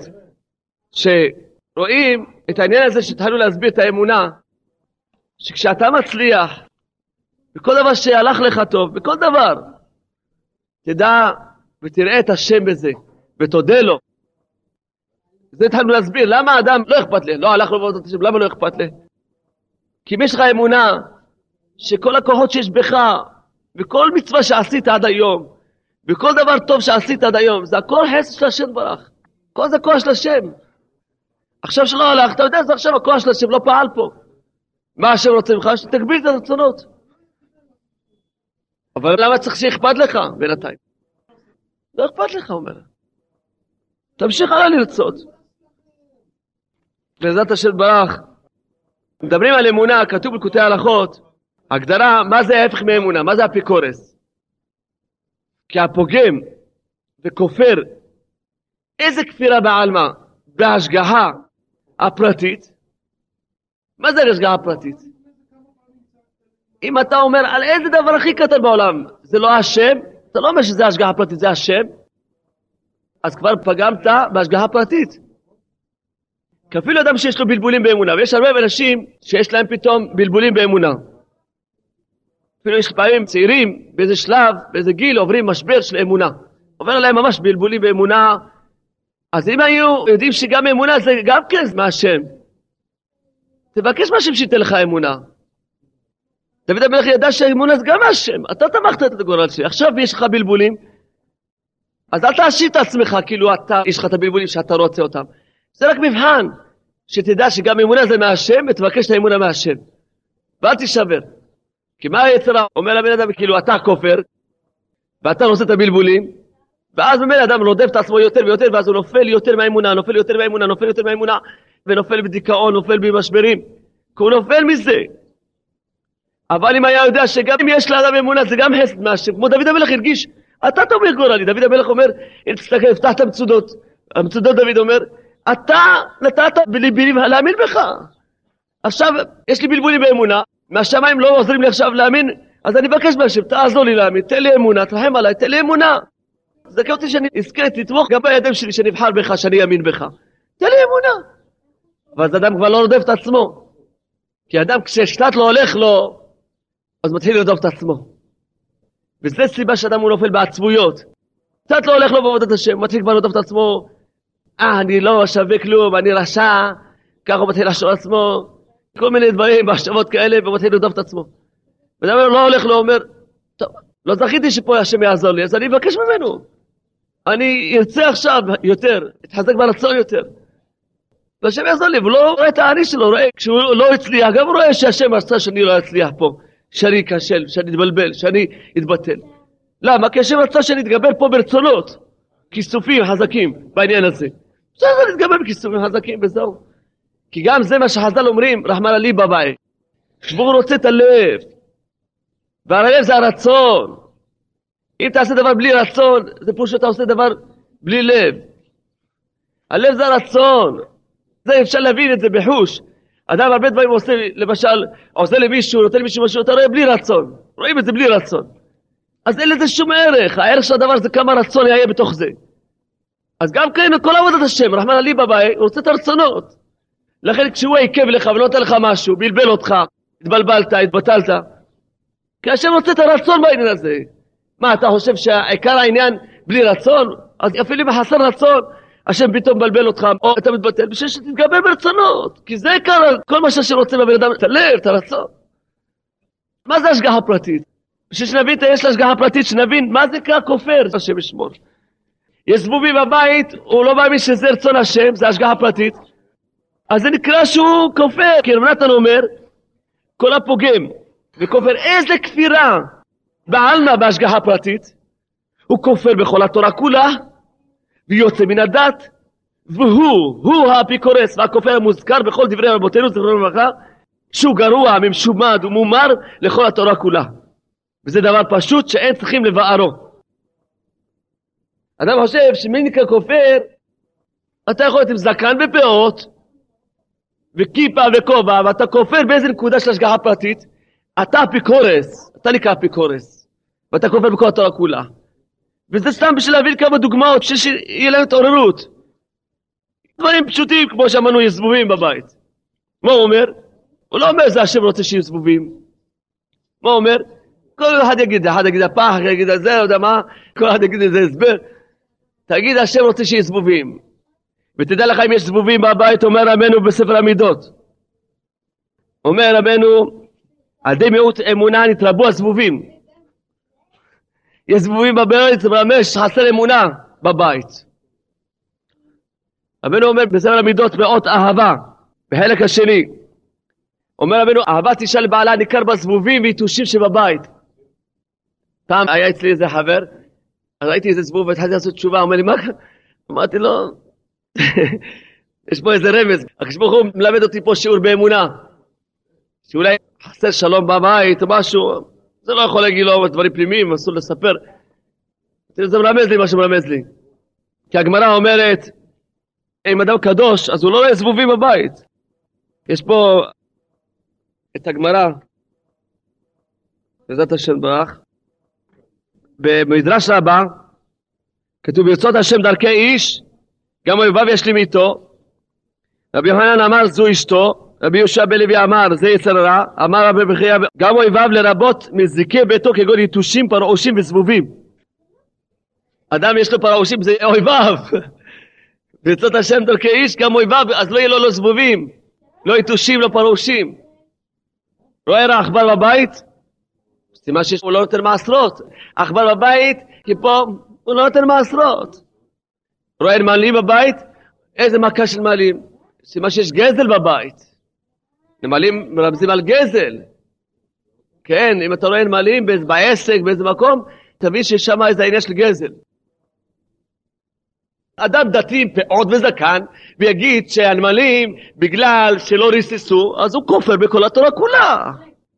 שרואים את העניין הזה שהתחלנו להסביר את האמונה, שכשאתה מצליח, בכל דבר שהלך לך טוב, בכל דבר, תדע ותראה את השם בזה, ותודה לו. זה התחלנו להסביר, למה האדם לא אכפת לי, לא הלך לו ועבודת השם, למה לא אכפת לי? כי אם יש לך אמונה, שכל הכוחות שיש בך, וכל מצווה שעשית עד היום, וכל דבר טוב שעשית עד היום, זה הכל חסד של השם ברח. כל זה כוח של השם. עכשיו שלא הלך, אתה יודע, זה עכשיו הכוח של השם לא פעל פה. מה השם רוצה ממך? שתגביל את הרצונות. אבל למה צריך שאכפת לך בינתיים? לא אכפת לך, אומר. תמשיך הלאה לרצות. בעזרת השם ברח. מדברים על אמונה, כתוב בקוטעי ההלכות, הגדרה, מה זה ההפך מאמונה? מה זה אפיקורס? כי הפוגם וכופר, איזה כפירה בעלמא? בהשגחה הפרטית. מה זה השגחה הפרטית? אם אתה אומר על איזה דבר הכי קטן בעולם, זה לא השם, אתה לא אומר שזה השגחה פרטית, זה השם, אז כבר פגמת בהשגחה פרטית. כי אפילו אדם שיש לו בלבולים באמונה, ויש הרבה אנשים שיש להם פתאום בלבולים באמונה. אפילו יש פעמים צעירים, באיזה שלב, באיזה גיל, עוברים משבר של אמונה. עובר עליהם ממש בלבולים באמונה. אז אם היו יודעים שגם אמונה זה גם כן מהשם, תבקש מהשם שייתן לך אמונה. דוד המלך ידע שהאמונה זה גם השם, אתה תמכת את הגורל שלי, עכשיו יש לך בלבולים, אז אל תאשים את עצמך כאילו אתה, יש לך את הבלבולים שאתה רוצה אותם. זה רק מבחן, שתדע שגם אמונה זה מהשם, ותבקש את האמונה מהשם. ואל תישבר. כי מה היצרה? אומר לבן אדם כאילו אתה כופר, ואתה נושא את הבלבולים, ואז באמת אדם רודף את עצמו יותר ויותר, ואז הוא נופל יותר מהאמונה, נופל יותר מהאמונה, נופל יותר מהאמונה, ונופל בדיכאון, נופל במשברים, כי הוא נופל מזה. אבל אם היה יודע שגם אם יש לאדם אמונה, זה גם חסד מהשם, כמו דוד המלך הרגיש, אתה תומך גורלי. דוד המלך אומר, אם תסתכל, פתח את המצודות, המצודות דוד אומר, אתה נתת בליבי להאמין בך. עכשיו, יש לי בלבולים באמונה, מהשמיים לא עוזרים לי עכשיו להאמין, אז אני מבקש מהשם, תעזור לי להאמין, תן לי אמונה, תרחם עליי, תן לי אמונה. תזכה אותי שאני אזכה, תתמוך גם בידיים שלי, שאני אבחר בך, שאני אאמין בך. תן לי אמונה. ואז אדם כבר לא רודף את עצמו. כי אדם כששתת לו הולך לו, אז מתחיל לרדוף את עצמו. וזו סיבה שאדם הוא נופל בעצבויות. קצת לא הולך לו בעבודת השם, מתחיל כבר לרדוף את עצמו. אה, אני לא שווה כלום, אני רשע. ככה הוא מתחיל לשאול עצמו. כל מיני דברים, מחשבות כאלה, ומתחיל לרדוף את עצמו. ואדם לא הולך לו, אומר, טוב, לא זכיתי שפה השם יעזור לי, אז אני אבקש ממנו. אני ארצה עכשיו יותר, אתחזק ברצון יותר. והשם יעזור לי, והוא לא רואה את העני שלו, רואה, כשהוא לא הצליח, גם הוא רואה שהשם רצה שאני לא אצליח פה. שאני אכשל, שאני אתבלבל, שאני אתבטל. למה? כי השם רצה שאני אתגבר פה ברצונות, כיסופים חזקים בעניין הזה. אפשר להתגבר בכיסופים חזקים וזהו. כי גם זה מה שחז"ל אומרים, רחמנא ליבא בעי. שהוא רוצה את הלב, והלב זה הרצון. אם תעשה דבר בלי רצון, זה פשוט שאתה עושה דבר בלי לב. הלב זה הרצון. זה אפשר להבין את זה בחוש. אדם הרבה דברים עושה, למשל, עושה למישהו, נותן למישהו משהו, אתה רואה בלי רצון. רואים את זה בלי רצון. אז אין לזה שום ערך. הערך של הדבר זה כמה רצון יהיה בתוך זה. אז גם כן, כל עבודת השם, רחמנא ליבא בעי, הוא רוצה את הרצונות. לכן כשהוא עיכב לך ולא נותן לך משהו, בלבל אותך, התבלבלת, התבטלת. כי השם רוצה את הרצון בעניין הזה. מה, אתה חושב שהעיקר העניין בלי רצון? אז אפילו אם חסר רצון, השם פתאום מבלבל אותך, או אתה מתבטל, בשביל שתתגבר ברצונות. כי זה עיקר כל מה שהשם רוצה בבן אדם, את הלב, את הרצון. מה זה השגחה פרטית? בשביל שנבין, יש לה השגחה פרטית, שנבין מה זה קרא כופר, השם ישמור. יש זבובים בבית, הוא לא מאמין שזה רצון השם, זה השגחה פרטית. אז זה נקרא שהוא כופר, כי רב נתן אומר, כל הפוגם וכופר איזה כפירה בעלמא בהשגחה פרטית, הוא כופר בכל התורה כולה, ויוצא מן הדת, והוא, הוא האפיקורס והכופר המוזכר בכל דברי רבותינו, זכרונם לברכה, שהוא גרוע, משומד ומומר לכל התורה כולה. וזה דבר פשוט שאין צריכים לבארו. אדם חושב שמי נקרא כופר, אתה יכול להיות עם זקן ופאות, וכיפה וכובע, ואתה כופר באיזה נקודה של השגחה פרטית, אתה אפיקורס, אתה נקרא אפיקורס, ואתה כופר בכל התורה כולה. וזה סתם בשביל להביא כמה דוגמאות, בשביל שיהיה להם התעוררות. דברים פשוטים, כמו שאמרנו, יש זבובים בבית. מה הוא אומר? הוא לא אומר זה השם רוצה שיהיו זבובים. מה הוא אומר? כל אחד יגיד, אחד יגיד הפח, אחד יגיד זה, לא יודע מה, כל אחד יגיד איזה הסבר. תגיד השם רוצה שיהיו זבובים. ותדע לך אם יש זבובים בבית, אומר רבנו בספר המידות. אומר רבנו, על די מיעוט אמונה נתרבו הזבובים. יש זבובים בבית, זה מרמז שחסר אמונה בבית. רבנו אומר בספר המידות מאות אהבה, בחלק השני. אומר רבנו, אהבת אישה לבעלה ניכר בזבובים ויתושים שבבית. פעם היה אצלי איזה חבר, אז ראיתי איזה זבוב והתחלתי לעשות תשובה, אומר לי, מה? אמרתי לו, יש פה איזה רמז, הקדוש ברוך הוא מלמד אותי פה שיעור באמונה, שאולי חסר שלום בבית או משהו, זה לא יכול להגיד לו דברים פנימיים, אסור לספר. זה מלמד לי מה שמלמד לי. כי הגמרא אומרת, אם אדם קדוש, אז הוא לא רואה זבובים בבית. יש פה את הגמרא, בעזרת השם ברך, במדרש רבה, כתוב ברצות השם דרכי איש, גם אויביו ישלים איתו. רבי יוחנן אמר זו אשתו, רבי יהושע בן לוי אמר זה יצר הרע, אמר רבי בחייא גם אויביו לרבות מזיקי ביתו כגון יתושים, פרעושים וזבובים. אדם יש לו פרעושים, זה אויביו. ברצות השם דרכי איש, גם אויביו, אז לא יהיה לו לא זבובים, לא יתושים, לא פרעושים. רואה רע עכבר בבית, סימן שהוא לא נותן מעשרות. עכבר בבית, כי פה הוא לא נותן מעשרות. רואה נמלים בבית, איזה מכה של נמלים. סימן שיש גזל בבית. נמלים מרמזים על גזל. כן, אם אתה רואה נמלים בעסק, באיזה מקום, תבין שיש שם איזה עניין של גזל. אדם דתי עם פאות וזקן, ויגיד שהנמלים, בגלל שלא ריססו, אז הוא כופר בכל התורה כולה.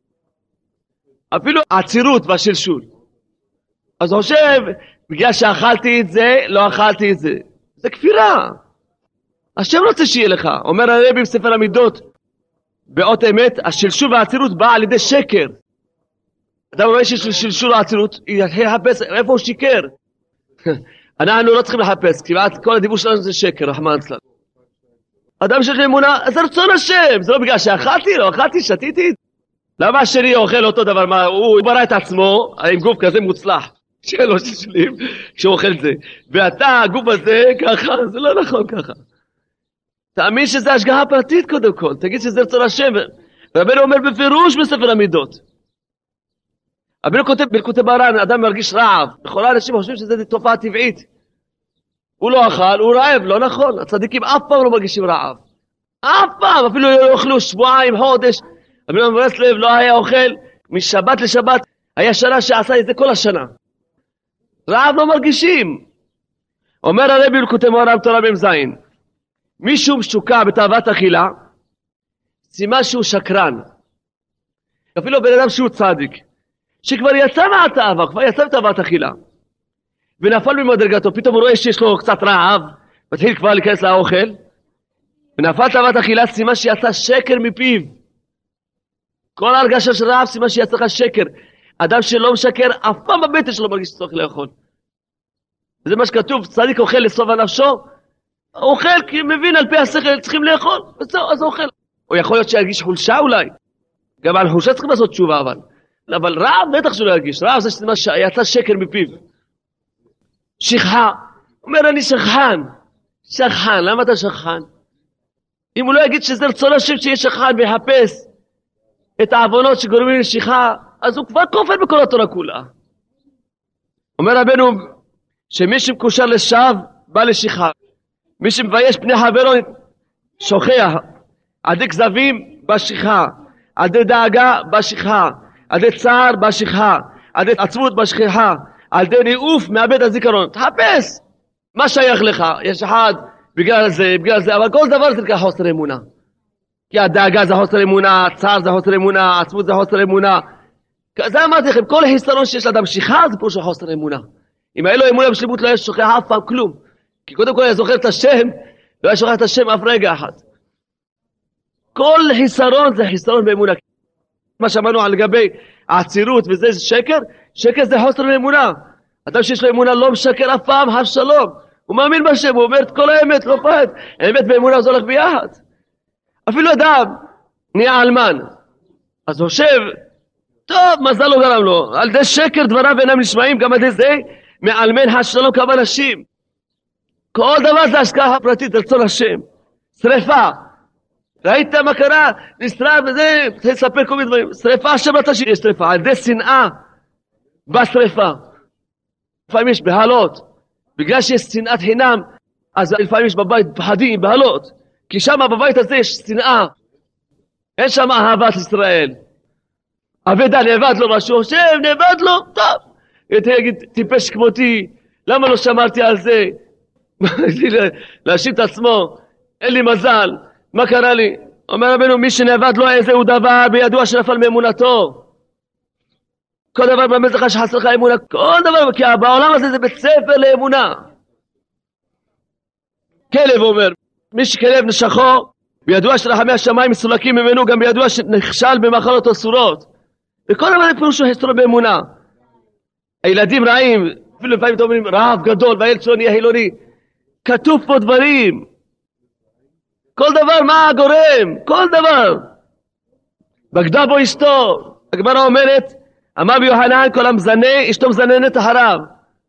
אפילו העצירות והשלשול. אז הוא חושב, בגלל שאכלתי את זה, לא אכלתי את זה. זה כפירה. השם רוצה שיהיה לך. אומר הרבי בספר המידות, באות אמת, השלשול והעצירות באה על ידי שקר. אדם רואה שיש שלשול והעצירות, יתחיל לחפש איפה הוא שיקר. אנחנו לא צריכים לחפש, כי כל הדיבור שלנו זה שקר, רחמן אצלנו. אדם שיש לי אמונה, זה רצון השם, זה לא בגלל שאכלתי, לא אכלתי, שתיתי. למה השני אוכל אותו דבר? מה, הוא ברא את עצמו עם גוף כזה מוצלח, שלא ששלים, כשהוא אוכל את זה. ואתה, הגוף הזה, ככה, זה לא נכון ככה. תאמין שזה השגחה פרטית קודם כל, תגיד שזה רצון השם. רבנו אומר בפירוש בספר המידות. רבנו כותב בליקוטי מוהר"ן, אדם מרגיש רעב. בכל האנשים חושבים שזה תופעה טבעית. הוא לא אכל, הוא רעב, לא נכון. הצדיקים אף פעם לא מרגישים רעב. אף פעם, אפילו לא אוכלו שבועיים, חודש. רבנו מברסלב לא היה אוכל משבת לשבת, היה שנה שעשה את זה כל השנה. רעב לא מרגישים. אומר הרבי בליקוטי מוהר"ן תורה מ"ז, מישהו משוקע בתאוות אכילה, סימן שהוא שקרן. אפילו בן אדם שהוא צדיק, שכבר יצא מהתאווה, כבר יצא בתאוות אכילה, ונפל ממדרגתו, פתאום הוא רואה שיש לו קצת רעב, מתחיל כבר להיכנס לאוכל, ונפל תאוות אכילה, סימן שיצא שקר מפיו. כל הרגשה של רעב, סימן שיצא לך שקר. אדם שלא משקר, אף פעם בבטן שלו מרגיש שצריך לאכול. וזה מה שכתוב, צדיק אוכל לסוף הנפשו, הוא אוכל כי מבין על פי השכל צריכים לאכול, וזהו, אז הוא אוכל. או יכול להיות שירגיש חולשה אולי, גם על חולשה צריכים לעשות תשובה, אבל אבל רעב בטח שלא ירגיש, רעב זה מה שיצא שקר מפיו. שכחה, אומר אני שכחן, שכחן, למה אתה שכחן? אם הוא לא יגיד שזה רצון השם שיש שכחן ויחפש את העוונות שגורמים לשכחה, אז הוא כבר כופר בכל התורה כולה. אומר רבנו, שמי שמקושר לשווא בא לשכחה, מי שמבייש פני חברו שוכח, עדי כזבים בשכחה, עדי דאגה בשכחה, עדי צער בשכחה, עדי עצמות בשכחה, עדי ניאוף מאבד הזיכרון. תחפש מה שייך לך. יש אחד בגלל זה, בגלל זה, אבל כל דבר זה נקרא חוסר אמונה. כי הדאגה זה חוסר אמונה, צער זה חוסר אמונה, עצמות זה חוסר אמונה. זה אמרתי לכם, כל חיסרון שיש לאדם שכחה זה פירוש חוסר אמונה. אם היה לו אמונה בשלמות לא היה שוכח אף פעם כלום. כי קודם כל היה זוכר את השם, לא היה שוכח את השם אף רגע אחד. כל חיסרון זה חיסרון באמונה. מה שאמרנו על גבי העצירות וזה שקר, שקר זה חוסר באמונה. אדם שיש לו אמונה לא משקר אף פעם, חס שלום. הוא מאמין בשם, הוא אומר את כל האמת, לא פחד. האמת באמונה זה הולך ביחד. אפילו אדם נהיה אלמן, אז הוא חושב, טוב, מזל לא גרם לו. על זה שקר דבריו אינם נשמעים, גם על זה זה מאלמן חס שלום כמה אנשים. כל דבר זה השקעה פרטית, רצון השם. שריפה. ראית מה קרה? נשרף וזה, תספר כל מיני דברים. שריפה, השם רצה שיש שריפה. על זה שנאה בשריפה. לפעמים יש בהלות. בגלל שיש שנאת חינם, אז לפעמים יש בבית פחדים, בהלות. כי שם בבית הזה יש שנאה. אין שם אהבת ישראל. אבדה נאבד לו משהו, שם נאבד לו, טוב. יגיד, טיפש כמותי, למה לא שמרתי על זה? להאשים את עצמו, אין לי מזל, מה קרה לי? אומר רבנו, מי שנאבד לו איזהו דבר בידוע שנפל מאמונתו. כל דבר מלמד לך שחסר לך אמונה, כל דבר, כי בעולם הזה זה בית ספר לאמונה. כלב אומר, מי שכלב נשכו, בידוע שרחמי השמיים מסולקים ממנו, גם בידוע שנכשל במחלות אסורות. וכל דבר זה פירושו חסרון באמונה. הילדים רעים, אפילו לפעמים אתם אומרים, רעב גדול, והילד שלו נהיה חילוני. כתוב פה דברים. כל דבר מה הגורם? כל דבר. בגדה בו אשתו. הגמרא אומרת, אמר ביוחנן, כל המזנה, אשתו מזננת אחריו.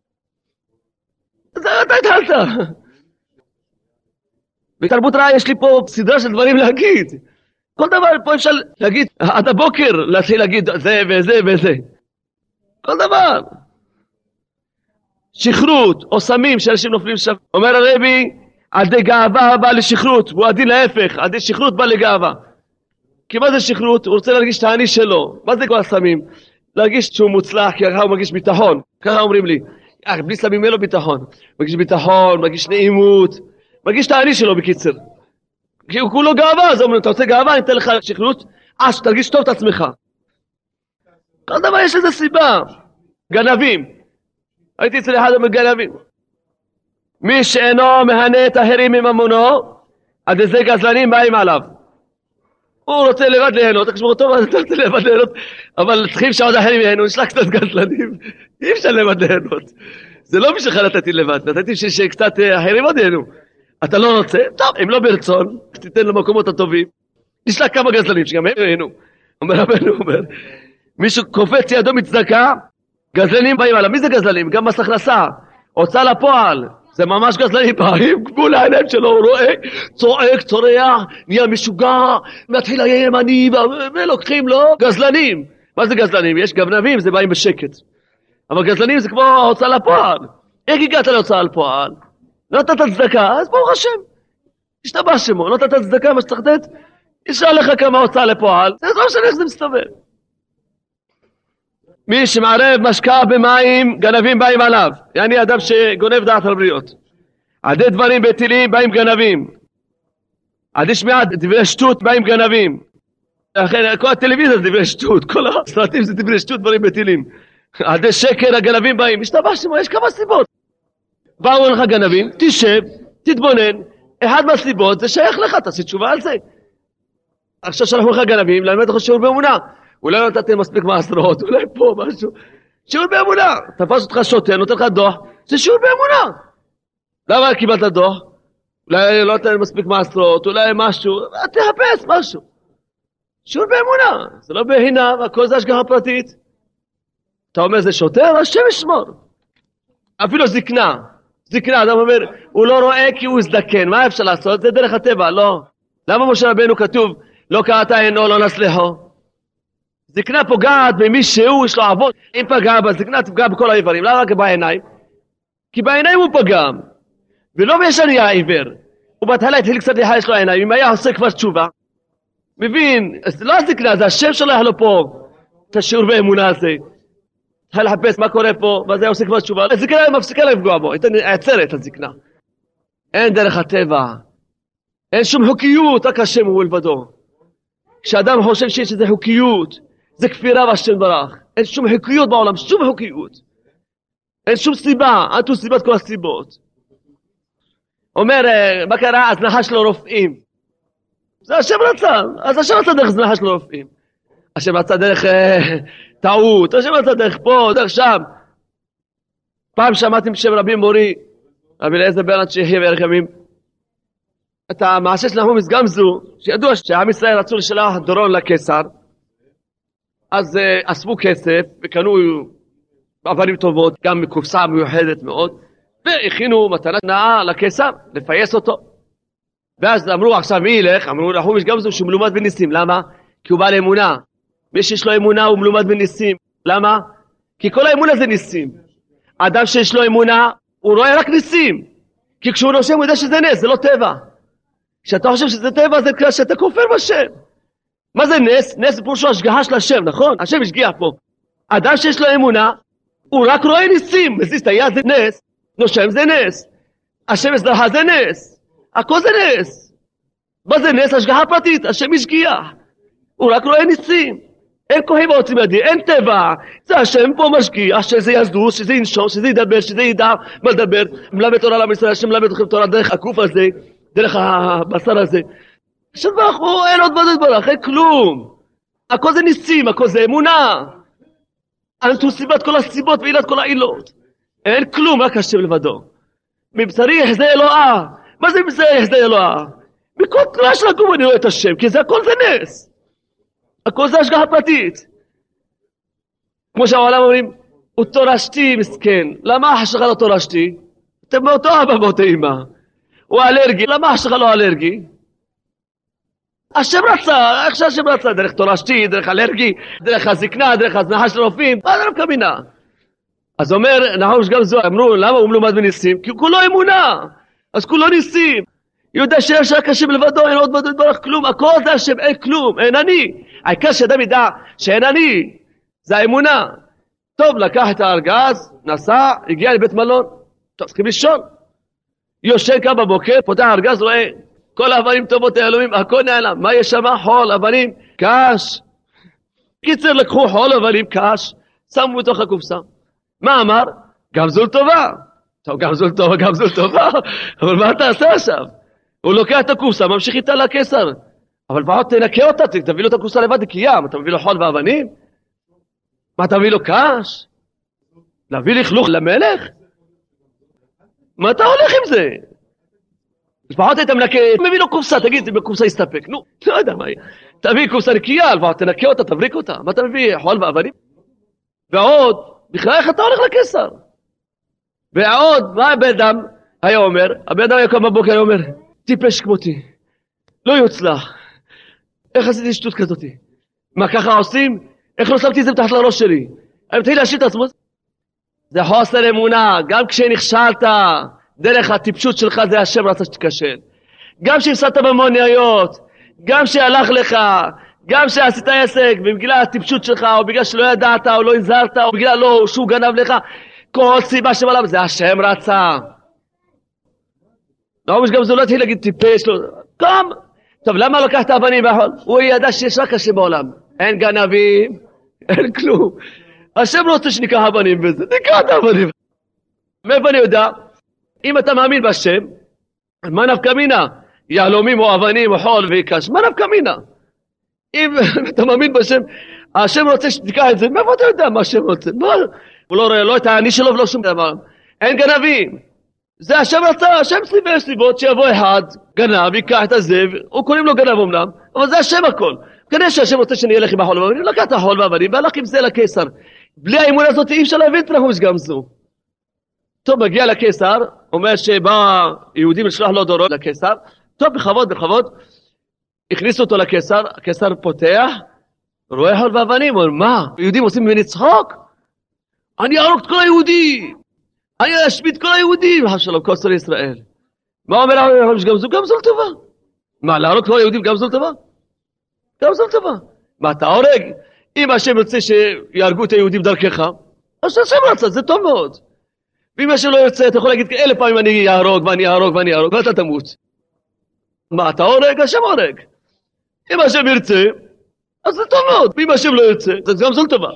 אז אתה התחלת. בתרבות רעה יש לי פה סדרה של דברים להגיד. כל דבר פה אפשר להגיד, עד הבוקר להתחיל להגיד זה וזה וזה. כל דבר. שכרות או סמים שאנשים נופלים שם. אומר הרבי, עדי גאווה בא לשכרות, והוא הדין להפך, עדי שכרות בא לגאווה. כי מה זה שכרות? הוא רוצה להרגיש את העני שלו. מה זה כל הסמים? להרגיש שהוא מוצלח, כי ככה הוא מרגיש ביטחון. ככה אומרים לי, אה, בלי סמים אין לו ביטחון. מרגיש ביטחון, מרגיש נעימות, מרגיש את העני שלו בקיצר. כי הוא כולו גאווה, אז אומרים, אתה רוצה גאווה, אני אתן לך שכרות, אה, שתרגיש טוב את עצמך. כל דבר יש איזו סיבה. גנבים. הייתי אצל אחד המגנבים. מי שאינו מהנה את ההרים מממונו, עד איזה גזלנים באים עליו. הוא רוצה לבד ליהנות, תחשבו טוב, אתה רוצה לבד ליהנות, אבל צריכים שעוד אחרים יהנו, יש לה קצת גזלנים, אי אפשר לבד ליהנות. זה לא בשבילך נתתי לבד, נתתי שקצת אחרים עוד יהנו. אתה לא רוצה? טוב, אם לא ברצון, תיתן למקומות הטובים. יש לה כמה גזלנים שגם הם יהנו. אומר רבנו, אומר, מישהו קופץ ידו מצדקה, גזלנים באים עליו. מי זה גזלנים? גם מס הכנסה, הוצאה לפועל. זה ממש גזלנים באים, גבול העיניים שלו, הוא רואה, צועק, צורח, נהיה משוגע, מתחיל לאיים אני, ולוקחים לו גזלנים. מה זה גזלנים? יש גנבים, זה באים בשקט. אבל גזלנים זה כמו הוצאה לפועל. איך הגעת להוצאה לפועל? לא נתת צדקה, אז ברוך השם. השתבח שמו, לא נתת צדקה, מה שצריך לתת, ישאל לך כמה הוצאה לפועל, זה לא משנה איך זה מסתבר. מי שמערב משקה במים, גנבים באים עליו. יעני אדם שגונב דעת על בריות. עדי דברים בטילים באים גנבים. עדי שמיעת דברי שטות באים גנבים. לכן כל הטלוויזיה זה דברי שטות, כל הסרטים זה דברי שטות, דברים בטילים. עדי שקר הגנבים באים. משתבח שמו, יש כמה סיבות. באו לך גנבים, תשב, תתבונן. אחד מהסיבות זה שייך לך, תעשי תשובה על זה. עכשיו שלחו לך גנבים, ללמד לך שיעור באמונה. אולי לא נתתם מספיק מעשרות, אולי פה משהו. שיעור באמונה. תפס אותך שוטר, נותן לך דוח, זה שיעור באמונה. למה קיבלת דוח? אולי לא נתתם מספיק מעשרות, אולי משהו, תחפש משהו. שיעור באמונה. זה לא בהינה, הכל זה השגחה פרטית. אתה אומר זה שוטר, השם ישמור. אפילו זקנה. זקנה, אדם אומר, הוא לא רואה כי הוא הזדקן. מה אפשר לעשות? זה דרך הטבע, לא. למה משה רבנו כתוב, לא קראת עינו, לא נסלחו? זקנה פוגעת במי שהוא, יש לו אבות. אם פגע בה, זקנה תפגע בכל האיברים. למה רק בעיניים? כי בעיניים הוא פגם. ולא יש אני העיוור. הוא בהתחלה התחיל קצת לחייש לו העיניים. אם היה עושה כבר תשובה. מבין, זה לא הזקנה, זה השם שלח לו פה. את השיעור באמונה הזה. התחיל לחפש מה קורה פה, ואז היה עושה כבר תשובה. הזקנה מפסיקה לפגוע בו. עצרת הזקנה. אין דרך הטבע. אין שום חוקיות, רק השם הוא לבדו. כשאדם חושב שיש איזו חוקיות, זה כפירה והשם ברך. אין שום חוקיות בעולם, שום חוקיות. אין שום סיבה, אנטו סיבת כל הסיבות. אומר, מה קרה? אז נחש לו רופאים. זה השם רצה, אז השם רצה דרך נחש לו רופאים. השם רצה דרך אה, טעות, השם רצה דרך פה, דרך שם. פעם שמעתי בשם רבי מורי, רבי אליעזר ברנד שיחיה וערך ימים, את המעשה של נחום גמזו, שידוע שעם ישראל רצו לשלוח דורון לקיסר, אז uh, אספו כסף וקנו אבנים טובות, גם מקופסה מיוחדת מאוד, והכינו מתנה נאה לקיסר, לפייס אותו. ואז אמרו עכשיו מי ילך? אמרו נחום גמזו שהוא מלומד בניסים. למה? כי הוא בא לאמונה. מי שיש לו אמונה הוא מלומד בניסים. למה? כי כל האמונה זה ניסים. האדם שיש לו אמונה הוא רואה רק ניסים, כי כשהוא נושם הוא יודע שזה נס, זה לא טבע. כשאתה חושב שזה טבע זה כלל שאתה כופר בשם. מה זה נס? נס זה פרושו השגחה של השם, נכון? השם השגיח פה. אדם שיש לו אמונה הוא רק רואה ניסים. מזיז את היד זה נס, נושם זה נס, השם הסדרחה זה נס, הכל זה נס. מה זה נס? השגחה פרטית, השם השגיח. הוא רק רואה ניסים. אין כהים ועוצים ידי, אין טבע. זה השם פה משגיח, שזה יזדור, שזה ינשום, שזה ידבר, שזה ידע מה לדבר. מלמד תורה לעם ישראל, השם מלמד לכם תורה דרך הגוף הזה, דרך הבשר הזה. השם ברך הוא, אין עוד בדות ברך, אין כלום. הכל זה ניסים, הכל זה אמונה. אנתו סיבת כל הסיבות ועילת כל העילות. אין כלום, רק השם לבדו. מבשרי יחזה אלוהה. מה זה מבשרי יחזה אלוהה? בכל תנועה של הגוף אני רואה את השם, כי זה הכל זה נס. הכל זה השגחה פרטית. כמו שהעולם אומרים, הוא תורשתי מסכן. למה השגחה לא תורשתי? אתם באותו אבא באותו אמא. הוא אלרגי. למה השגחה לא אלרגי? השם רצה, איך שהשם רצה? דרך תורשתי, דרך אלרגי, דרך הזקנה, דרך הזנחה של רופאים. מה זה לא קמינה? אז אומר נחוש גמזו, אמרו למה הוא מלומד בניסים? כי הוא כולו אמונה, אז כולו ניסים. יודע שיש רק השם לבדו, אין עוד בדו יתברך כלום, הכל זה השם, אין כלום, אין אני. העיקר שאדם ידע שאין אני, זה האמונה. טוב, לקח את הארגז, נסע, הגיע לבית מלון, טוב, צריכים לישון. יושן קם בבוקר, פותח הארגז, רואה כל האבנים טובות האלוהים, הכל נעלם. מה יש שם? חול, אבנים, קש. קיצר, לקחו חול, אבנים, קש, שמו בתוך הקופסה. מה אמר? גמזול טובה. טוב, גמזול טובה, גמזול טובה, אבל מה אתה עושה עכשיו? הוא לוקח את הקופסה, ממשיך איתה לקיסר. אבל לפחות תנקה אותה, תביא לו את הקופסה לבד נקייה. אתה מביא לו חול ואבנים? מה אתה מביא לו קש? להביא לכלוך למלך? מה אתה הולך עם זה? לפחות היית מנקה, מביא לו קופסה, תגיד, בקופסה יסתפק. נו, לא יודע מה יהיה. תביא קופסה נקייה, לפחות תנקה אותה, תבריק אותה. מה אתה מביא? חול ואבנים? ועוד, בכלל איך אתה הולך לקיסר? ועוד, מה הבן אדם היה אומר? הבן אדם היה קם בבוקר, היה אומר, טיפש כמותי, לא יוצלח. איך עשיתי שטות כזאת? מה ככה עושים? איך לא שמתי את זה מתחת לראש שלי? אני מתחיל להשאיר את עצמו. זה חוסר אמונה, גם כשנכשלת, דרך הטיפשות שלך זה השם רצה שתכשל. גם כשהפסדת במוניות, גם שהלך לך, גם שעשית עסק, ובגלל הטיפשות שלך, או בגלל שלא ידעת, או לא הזהרת, או בגלל לא, שהוא גנב לך, כל סיבה שבעולם, זה השם רצה. לא, גם זה לא התחיל להגיד טיפש, לא, קם. טוב, למה לקח את האבנים והחול? הוא ידע שיש רק השם בעולם. אין גנבים, אין כלום. השם לא רוצה שניקח אבנים בזה, ניקח את האבנים. מאיפה אני יודע? אם אתה מאמין בשם, מה נפקא מינה? יהלומים או אבנים או חול ויקש, מה נפקא מינה? אם אתה מאמין בשם, השם רוצה שתיקח את זה, מאיפה אתה יודע מה השם רוצה? מה? הוא לא רואה לא את העני שלו ולא שום דבר. אין גנבים. זה השם רצה, השם סיבה סיבות שיבוא אחד, גנב, ייקח את הזב, הוא קוראים לו גנב אמנם, אבל זה השם הכל. כנראה שהשם רוצה שאני אלך עם החול ואבנים, לקח את החול ואבנים והלך עם זה לקיסר. בלי האמונה הזאת אי אפשר להבין את נחוש גמזו. טוב, מגיע לקיסר, אומר שבא יהודים לשלוח לו דורות לקיסר, טוב, בכבוד, בכבוד, הכניסו אותו לקיסר, הקיסר פותח, רואה חול ואבנים, אומר, מה? יהודים עושים ממני צחוק? אני ארוג את כל היהודים, אני אשמיד את כל היהודים, חס ושלום, קיסר ישראל. מה אומר נחוש גמזו? גמזול טובה. מה, להרוג את כל היהודים גמזול טובה? גמזול טובה. מה, אתה הורג? אם השם רוצה שיהרגו את היהודים דרכך, אז השם רצה, זה טוב מאוד. ואם השם לא יוצא, אתה יכול להגיד אלף פעמים אני יהרוג ואני יהרוג ואני יהרוג, ואתה תמות. מה, אתה הורג? השם הורג. אם השם ירצה, אז זה טוב מאוד. ואם השם לא ירצה, זה גמזול טובה.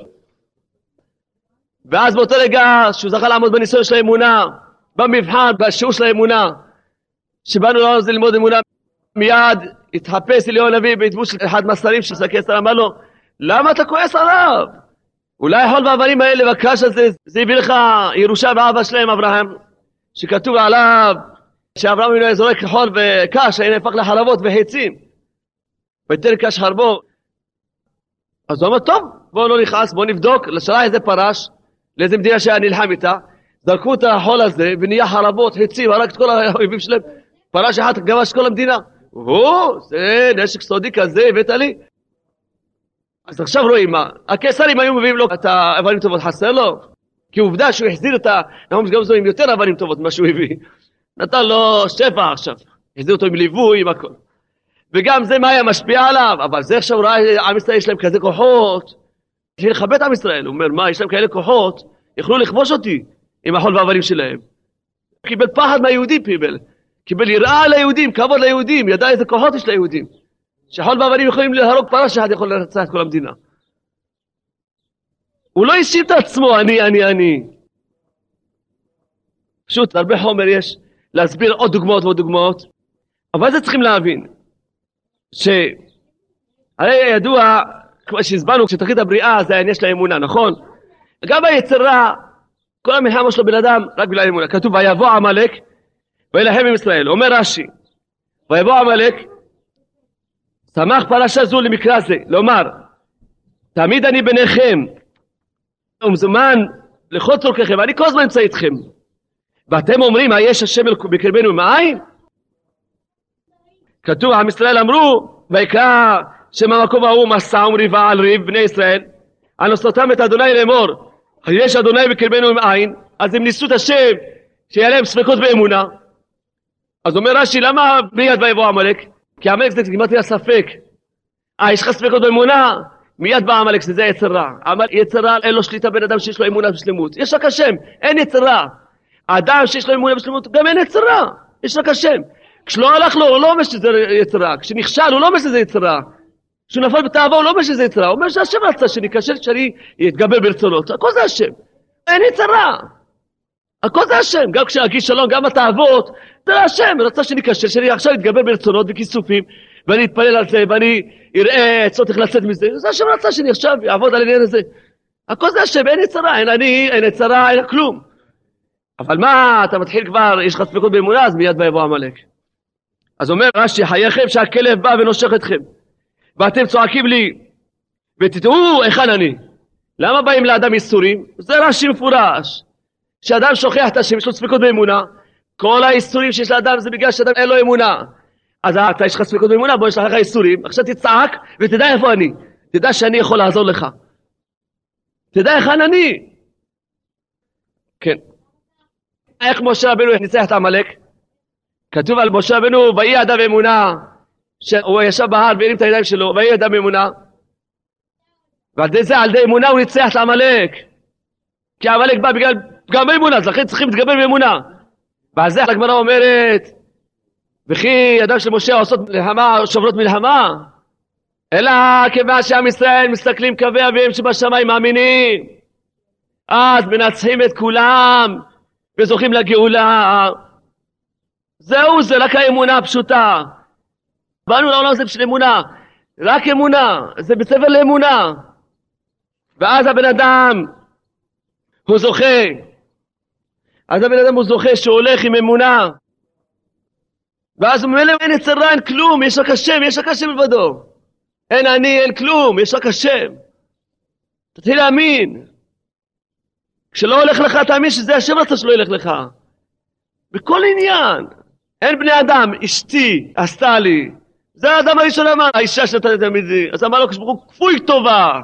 ואז באותו רגע שהוא זכה לעמוד בניסיון של האמונה, במבחן, בשיעור של האמונה, שבאנו לעז ללמוד אמונה, מיד התחפש אליהו הנביא בדמות של אחד מהשרים של הקיסר, אמר לו, למה אתה כועס עליו? אולי החול והאבנים האלה והקש הזה, זה הביא לך ירושה באבא שלהם אברהם, שכתוב עליו שאברהם אבינו זורק חול וקש, היה נהפך לחלבות וחיצים, ויתן קש חרבו. אז הוא אמר, טוב, בואו לא נכעס, בואו נבדוק, לשאלה איזה פרש, לאיזה מדינה שהיה נלחם איתה, זרקו את החול הזה ונהיה חרבות, חיצים, הרג את כל האויבים שלהם, פרש אחד גבש כל המדינה. או, זה נשק סודי כזה הבאת לי. אז עכשיו רואים מה, הקיסרים היו מביאים לו את האבנים טובות, חסר לו, כי עובדה שהוא החזיר את נחוש גמזו עם יותר אבנים טובות ממה שהוא הביא, נתן לו שפע עכשיו, החזיר אותו עם ליווי, עם הכל, וגם זה מה היה משפיע עליו, אבל זה עכשיו ראה עם ישראל יש להם כזה כוחות, כדי לכבד את עם ישראל, הוא אומר מה, יש להם כאלה כוחות, יכלו לכבוש אותי עם החול והאבנים שלהם, קיבל פחד מהיהודים, קיבל, קיבל יראה ליהודים, כבוד ליהודים, ידע איזה כוחות יש ליהודים, שחול ואבנים יכולים להרוג פרש שאחד יכול לרצח את כל המדינה. הוא לא האשים את עצמו, אני, אני, אני. פשוט, הרבה חומר יש להסביר עוד דוגמאות ועוד דוגמאות, אבל זה צריכים להבין, שהרי ידוע, כמו שהסברנו, כשתחילת הבריאה זה העניין של האמונה, נכון? גם היצרה, כל המלחמה שלו בן אדם, רק בגלל האמונה. כתוב, ויבוא עמלק, וילחם עם ישראל. אומר רש"י, ויבוא עמלק, שמח פרשה זו למקרא זה, לומר, תמיד אני ביניכם, ומזומן לכל צורככם, ואני כל הזמן אמצא איתכם. ואתם אומרים, היש השם בקרבנו מאין? כתוב, עם ישראל אמרו, ויקרא שם המקום ההוא מסע ומריבה על ריב בני ישראל, על נוסותם את אדוני לאמור, יש אדוני בקרבנו עם עין, אז הם ניסו את השם שיהיה להם ספקות באמונה. אז אומר רש"י, למה מיד ויבוא עמלק? כי עמלק זה כמעט היה ספק. אה, יש לך ספקות באמונה? מיד בא עמלק, זה יצר רע. יצר רע, אין לו שליטה בן אדם שיש לו אמונה בשלמות. יש רק השם, אין יצר רע. האדם שיש לו אמונה בשלמות, גם אין יצר רע. יש רק השם. כשלא הלך לו, הוא לא אומר שזה יצר רע. כשנכשל, הוא לא אומר שזה יצר רע. כשהוא נפל בתאווה, הוא לא אומר שזה יצר רע. הוא אומר שהשם רצה שאני אכשל, שאני אתגבר ברצונות. הכל זה השם. אין יצר רע. הכל זה השם. גם כשאגיש שלום, גם התאוות, זה השם. רצה שאני אכשל, שאני עכשיו אתגבר ברצונות וכיסופים. ואני אתפלל על זה, ואני אראה עצות איך לצאת מזה. זה השם רצה שאני עכשיו אעבוד על העניין הזה. הכל זה השם, אין יצרה, אין אני, אין יצרה, אין כלום. אבל מה, אתה מתחיל כבר, יש לך ספקות באמונה, אז מיד ויבוא עמלק. אז אומר רש"י, חייכם שהכלב בא ונושך אתכם, ואתם צועקים לי, ותדעו היכן אני. למה באים לאדם איסורים? זה רש"י מפורש. שאדם שוכח את השם, יש לו ספקות באמונה, כל האיסורים שיש לאדם זה בגלל שאדם אין לו אמונה. אז אתה יש לך ספקות באמונה, בוא יש לך איסורים, עכשיו תצעק ותדע איפה אני, תדע שאני יכול לעזור לך, תדע היכן אני. כן. איך משה רבנו ניצח את עמלק? כתוב על משה רבנו, ויהי אדם אמונה, שהוא ישב בהר והרים את הידיים שלו, ויהי אדם אמונה, ועל זה, על די אמונה הוא ניצח את עמלק, כי עמלק בא בגלל גם באמונה, אז לכן צריכים להתגבר באמונה. ועל זה הגמרא אומרת, וכי אדם של משה עושות מלחמה, שוברות מלחמה, אלא כיוון שעם ישראל מסתכלים קווי אביהם שבשמיים מאמינים, אז מנצחים את כולם וזוכים לגאולה. זהו, זה רק האמונה הפשוטה. באנו לעולם הזה בשביל אמונה, רק אמונה, זה בית ספר לאמונה. ואז הבן אדם הוא זוכה, אז הבן אדם הוא זוכה שהוא הולך עם אמונה, ואז הוא ממילא אין יצר רע, אין כלום, יש רק השם, יש רק השם לבדו. אין אני, אין כלום, יש רק השם. תתחיל להאמין. כשלא הולך לך, תאמין שזה השם רצה שלא ילך לך. בכל עניין. אין בני אדם, אשתי עשתה לי. זה האדם הראשון אמר, האישה שנתת תלמידי. אז אמר לו, כשברוך כפוי טובה.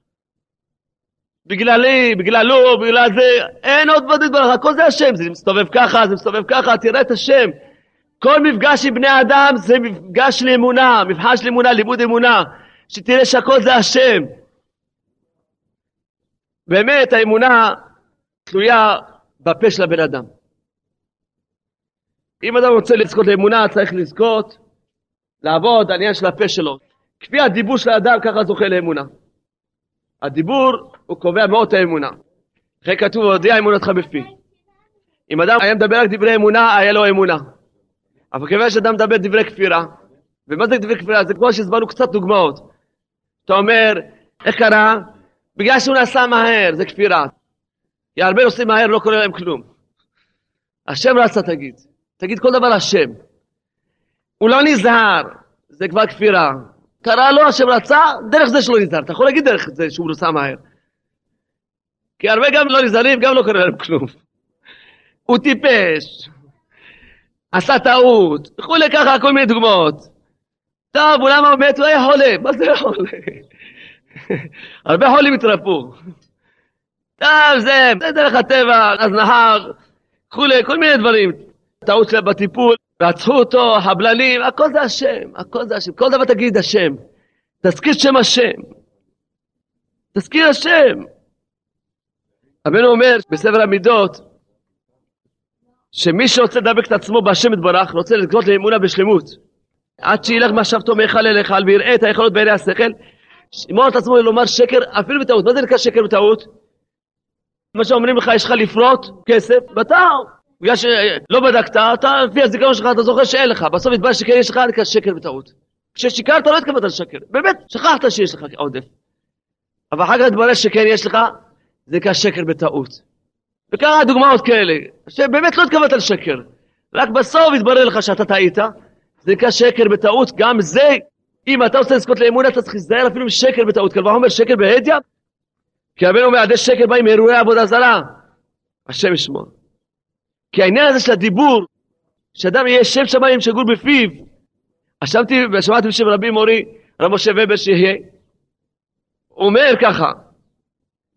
בגללי, בגללו, בגלל זה, אין עוד בודד בלך, הכל זה השם. זה מסתובב ככה, זה מסתובב ככה, תראה את השם. כל מפגש עם בני אדם זה מפגש לאמונה, מבחן של אמונה, לימוד אמונה, שתראה שהכל זה השם. באמת האמונה תלויה בפה של הבן אדם. אם אדם רוצה לזכות לאמונה, צריך לזכות לעבוד על העניין של הפה שלו. כפי הדיבור של האדם, ככה זוכה לאמונה. הדיבור הוא קובע מאוד את האמונה. אחרי כתוב, הודיע אמונתך בפי. אם אדם היה מדבר רק דברי אמונה, היה לו אמונה. אבל כיוון שאדם מדבר דברי כפירה, ומה זה דברי כפירה? זה כמו שהסברנו קצת דוגמאות. אתה אומר, איך קרה? בגלל שהוא נסע מהר, זה כפירה. כי הרבה נוסעים מהר, לא קורה להם כלום. השם רצה תגיד. תגיד כל דבר השם. הוא לא נזהר, זה כבר כפירה. קרה לו, השם רצה, דרך זה שלא נזהר. אתה יכול להגיד דרך זה שהוא נסע מהר. כי הרבה גם לא נזהרים, גם לא קורה להם כלום. הוא טיפש. עשה טעות, וכו' ככה כל מיני דוגמאות. טוב, הוא למה הוא מת? הוא היה חולה. מה זה חולה? הרבה חולים התרפו. טוב, זה, זה דרך הטבע, אז נהר, וכו' כל מיני דברים. טעות שלה בטיפול, רצחו אותו, חבלנים, הכל זה השם, הכל זה השם. כל דבר תגיד השם. תזכיר שם השם. תזכיר השם. רבנו אומר בספר המידות, שמי שרוצה לדבק את עצמו בהשם יתברך, רוצה לזכות לאמונה בשלמות, עד שילך מחשבתו מהיכל אל היכל, ויראה את היכולות בעיני השכל, שימור את עצמו לומר שקר, אפילו בטעות. מה זה נקרא שקר בטעות? מה שאומרים לך, יש לך לפרוט כסף, ואתה, בגלל שלא בדקת, אתה לפי הזיכרון שלך, אתה זוכר שאין לך, בסוף יתברר שכן יש לך, נקרא שקר בטעות. כששיקרת לא התכוונת לשקר, באמת, שכחת שיש לך עודף. אבל אחר כך יתברר שכן יש לך, זה נקרא שקר בטעות. וככה דוגמאות כאלה, שבאמת לא התכוונת לשקר, רק בסוף יתברר לך שאתה טעית, זה נקרא שקר בטעות. גם זה, אם אתה רוצה לזכות לאמונה, אתה צריך להזדהר אפילו שקר בטעות. כלומר אומר שקר בהדיא, כי רבנו אומר, עדי שקר באים מאירועי עבודה זרה, השם ישמור. כי העניין הזה של הדיבור, שאדם יהיה שם שמיים שגור בפיו, שמעתי ושמעתי בשם רבי מורי, רב משה ובר שיהיה, הוא אומר ככה,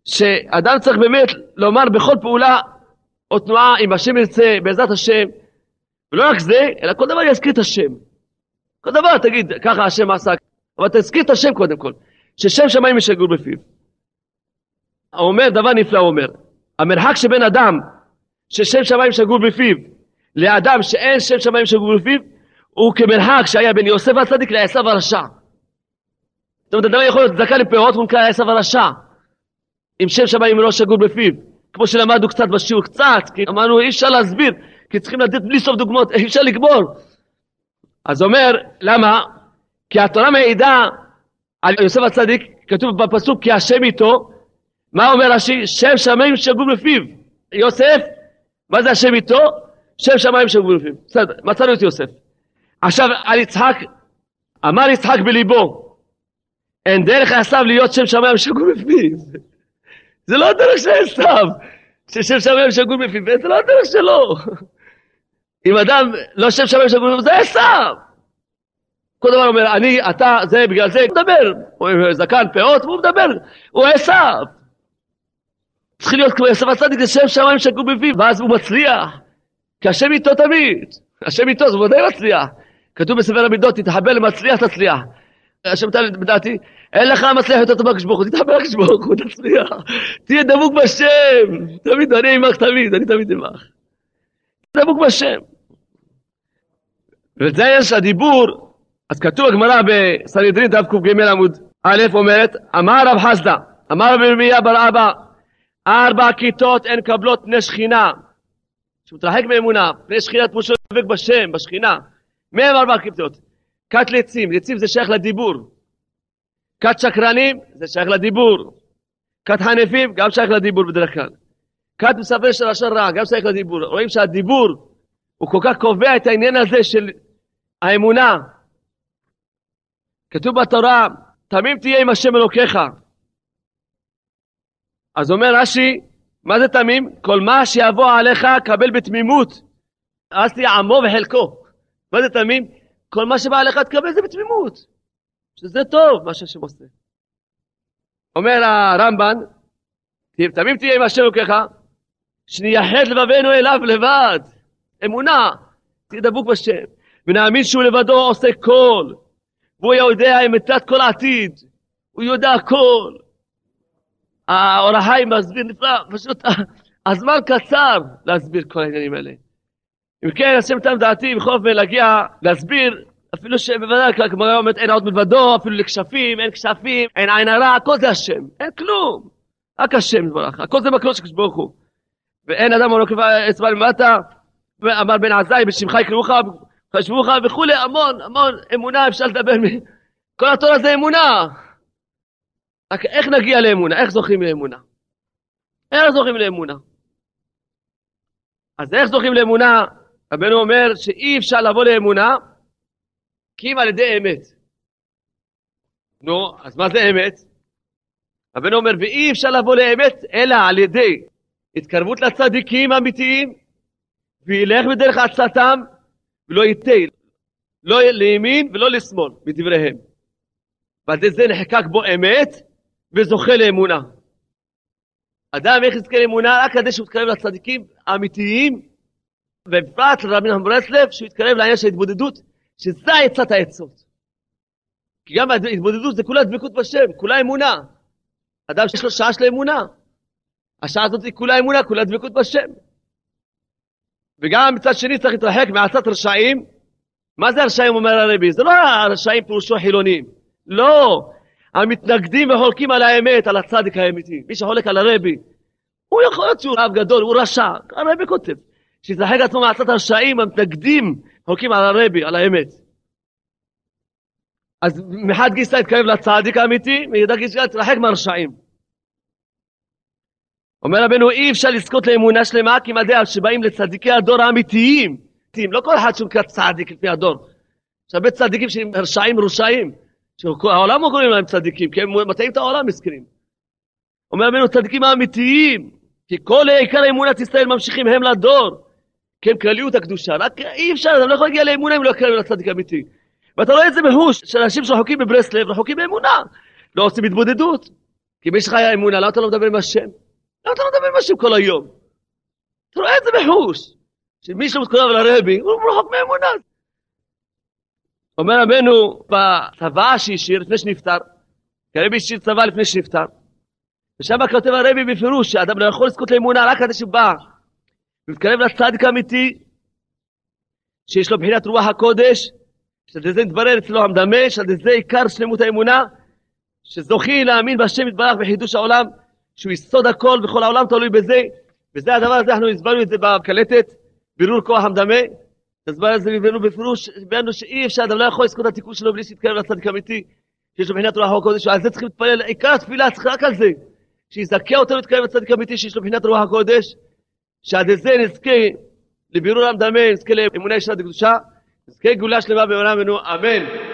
שאדם צריך באמת לומר בכל פעולה או תנועה, אם השם ירצה, בעזרת השם, ולא רק זה, אלא כל דבר יזכיר את השם. כל דבר תגיד, ככה השם עשה, אבל תזכיר את השם קודם כל, ששם שמיים ישגור בפיו. הוא אומר דבר נפלא, הוא אומר, המרחק שבין אדם ששם שמיים שגור בפיו לאדם שאין שם שמיים שגור בפיו הוא כמרחק שהיה בין יוסף הצדיק לעשו הרשע. זאת אומרת, אדם יכול להיות צדקה לפאות, הוא נקרא עשו הרשע אם שם שמיים לא שגור בפיו, כמו שלמדנו קצת בשיעור, קצת, כי אמרנו אי אפשר להסביר, כי צריכים לתת בלי סוף דוגמאות, אי אפשר לגמור. אז אומר, למה? כי התורה מעידה על יוסף הצדיק, כתוב בפסוק כי השם איתו. מה אומר רש"י? שם שמיים שגור בפיו. יוסף, מה זה השם איתו? שם שמיים שגור בפיו. בסדר, מצאנו את יוסף. עכשיו על יצחק, אמר יצחק בליבו, אין דרך עשיו להיות שם שמיים שגור בפיו. זה לא הדרך של עשיו, ששם שמיים שגור בפיו, זה לא הדרך שלו. אם אדם לא שם שמיים שגור בפיו, זה עשיו. כל דבר אומר, אני, אתה, זה, בגלל זה, הוא מדבר. הוא זקן פאות, והוא מדבר. הוא עשיו. צריך להיות כמו יוסף הצדיק, זה שם שמיים שגור בפיו, ואז הוא מצליח. כי השם איתו תמיד. השם איתו, זה ודאי מצליח. כתוב בספר המידות, תתחבר למצליח, תצליח. השם בדעתי, אין לך מצליח יותר טוב בקשבוך, תתחבר לקשבוך, תצליח. תהיה דבוק בשם. תמיד, אני עמך תמיד, אני תמיד עמך. דבוק בשם. וזה יש הדיבור, אז כתוב הגמרא בסנהדרין דף ק"ג עמוד א' אומרת, אמר רב חסדא, אמר רב ירמיה בר אבא, ארבע כיתות אין קבלות פני שכינה, שמתרחק מאמונה, פני שכינה כמו שדבק בשם, בשכינה. מהם ארבע כיתות? כת ליצים, ליצים זה שייך לדיבור. כת שקרנים זה שייך לדיבור. כת חנפים גם שייך לדיבור בדרך כלל. כת מספר של רשע רע גם שייך לדיבור. רואים שהדיבור הוא כל כך קובע את העניין הזה של האמונה. כתוב בתורה, תמים תהיה עם השם אלוקיך. אז אומר רש"י, מה זה תמים? כל מה שיבוא עליך קבל בתמימות, אז תהיה עמו וחלקו. מה זה תמים? כל מה שבא עליך תקבל זה בתמימות, שזה טוב מה שהשם עושה. אומר הרמב"ן, תמים תהיה עם השם אלוקיך, שנייחד לבבינו אליו לבד. אמונה, תהיה דבוק בשם, ונאמין שהוא לבדו עושה כל, והוא יודע אמיתת כל העתיד, הוא יודע הכל. האור החיים מסביר נפלא, פשוט הזמן קצר להסביר כל העניינים האלה. אם כן, השם תם דעתי בכל אופן להגיע להסביר, אפילו שבוודאי כמובן אומרת אין עוד מלבדו, אפילו לכשפים, אין כשפים, אין עין הרע, הכל זה השם, אין כלום, רק השם יתברך, הכל זה מקלות של ברוך הוא. ואין אדם או לא קבע אצבע למטה, ואמר בן עזאי בשמך יקראוך, חשבוך וכולי, המון המון אמונה אפשר לדבר, כל התורה זה אמונה. רק איך נגיע לאמונה? איך זוכים לאמונה? איך זוכים לאמונה? אז איך זוכים לאמונה? רבנו אומר שאי אפשר לבוא לאמונה כי אם על ידי אמת. נו, אז מה זה אמת? רבנו אומר ואי אפשר לבוא לאמת אלא על ידי התקרבות לצדיקים האמיתיים, וילך בדרך עצתם ולא ייטה לא לימין ולא לשמאל מדבריהם. ועל זה נחקק בו אמת וזוכה לאמונה. אדם איך יזכה לאמונה? רק כדי שהוא יתקרב לצדיקים האמיתיים, ובפרט לרבי נחמן מברסלב שהוא יתקרב לעניין של התבודדות, שזה עצת העצות. כי גם ההתבודדות זה כולה דבקות בשם, כולה אמונה. אדם שיש לו שעה של אמונה, השעה הזאת היא כולה אמונה, כולה דבקות בשם. וגם מצד שני צריך להתרחק מעצת רשעים. מה זה הרשעים אומר הרבי? זה לא הרשעים פירושו חילונים, לא. המתנגדים וחולקים על האמת, על הצדיק האמיתי. מי שחולק על הרבי, הוא יכול להיות שהוא רב גדול, הוא רשע. הרבי כותב, שיתרחק עצמו מעצת הרשעים, המתנגדים חולקים על הרבי, על האמת. אז מחד גיסא יתקרב לצדיק האמיתי, מידע גיסא יתרחק מהרשעים. אומר רבנו, אי אפשר לזכות לאמונה שלמה, כי מדע שבאים לצדיקי הדור האמיתיים. לא כל אחד שהוא צדיק לפני הדור. יש הרבה צדיקים שהם הרשעים רושעים. העולם לא קוראים להם צדיקים, כי הם מטעים את העולם מסכנים. אומר רבנו, צדיקים האמיתיים, כי כל עיקר האמונת ישראל ממשיכים הם לדור, כי הם כלליות הקדושה. רק אי אפשר, אתה לא יכול להגיע לאמונה אם לא יקרב לצדיק האמיתי. ואתה רואה את זה מהוש, של אנשים שרחוקים בברסלב, רחוקים באמונה. לא עושים התבודדות. כי אם יש לך אמונה, למה אתה לא מדבר עם השם? למה אתה לא מדבר עם השם כל היום? אתה רואה את זה בחוש. שמישהו מתקרב לרבי, הוא רחוק מאמונה. אומר רבנו בצבא שהשאיר לפני שנפטר, כי הרבי השאיר צבא לפני שנפטר, ושם כותב הרבי בפירוש שהאדם לא יכול לזכות לאמונה רק עד שבא ומתקרב לצדיק האמיתי, שיש לו בחינת רוח הקודש, שעל זה נתברר אצלו המדמה, שעל זה עיקר שלמות האמונה, שזוכי להאמין בהשם יתברך בחידוש העולם, שהוא יסוד הכל וכל העולם תלוי בזה, וזה הדבר הזה, אנחנו הסברנו את זה בקלטת, בירור כוח המדמה, הסברנו את זה והבאנו בפירוש, הבאנו שאי אפשר, אדם לא יכול לזכות התיקון שלו בלי שיתקרב לצדיק האמיתי, שיש לו בחינת רוח הקודש, ועל זה צריכים להתפלל, עיקר התפילה צריך רק על זה, שיזכה אותנו להתקרב לצדיק האמיתי, שיש לו בחינת רוח הקודש, שעד זה נזכה לבירור המדמה, נזכה לאמונה ישרה וקדושה, נזכה גאולה שלמה בעולם, אמן.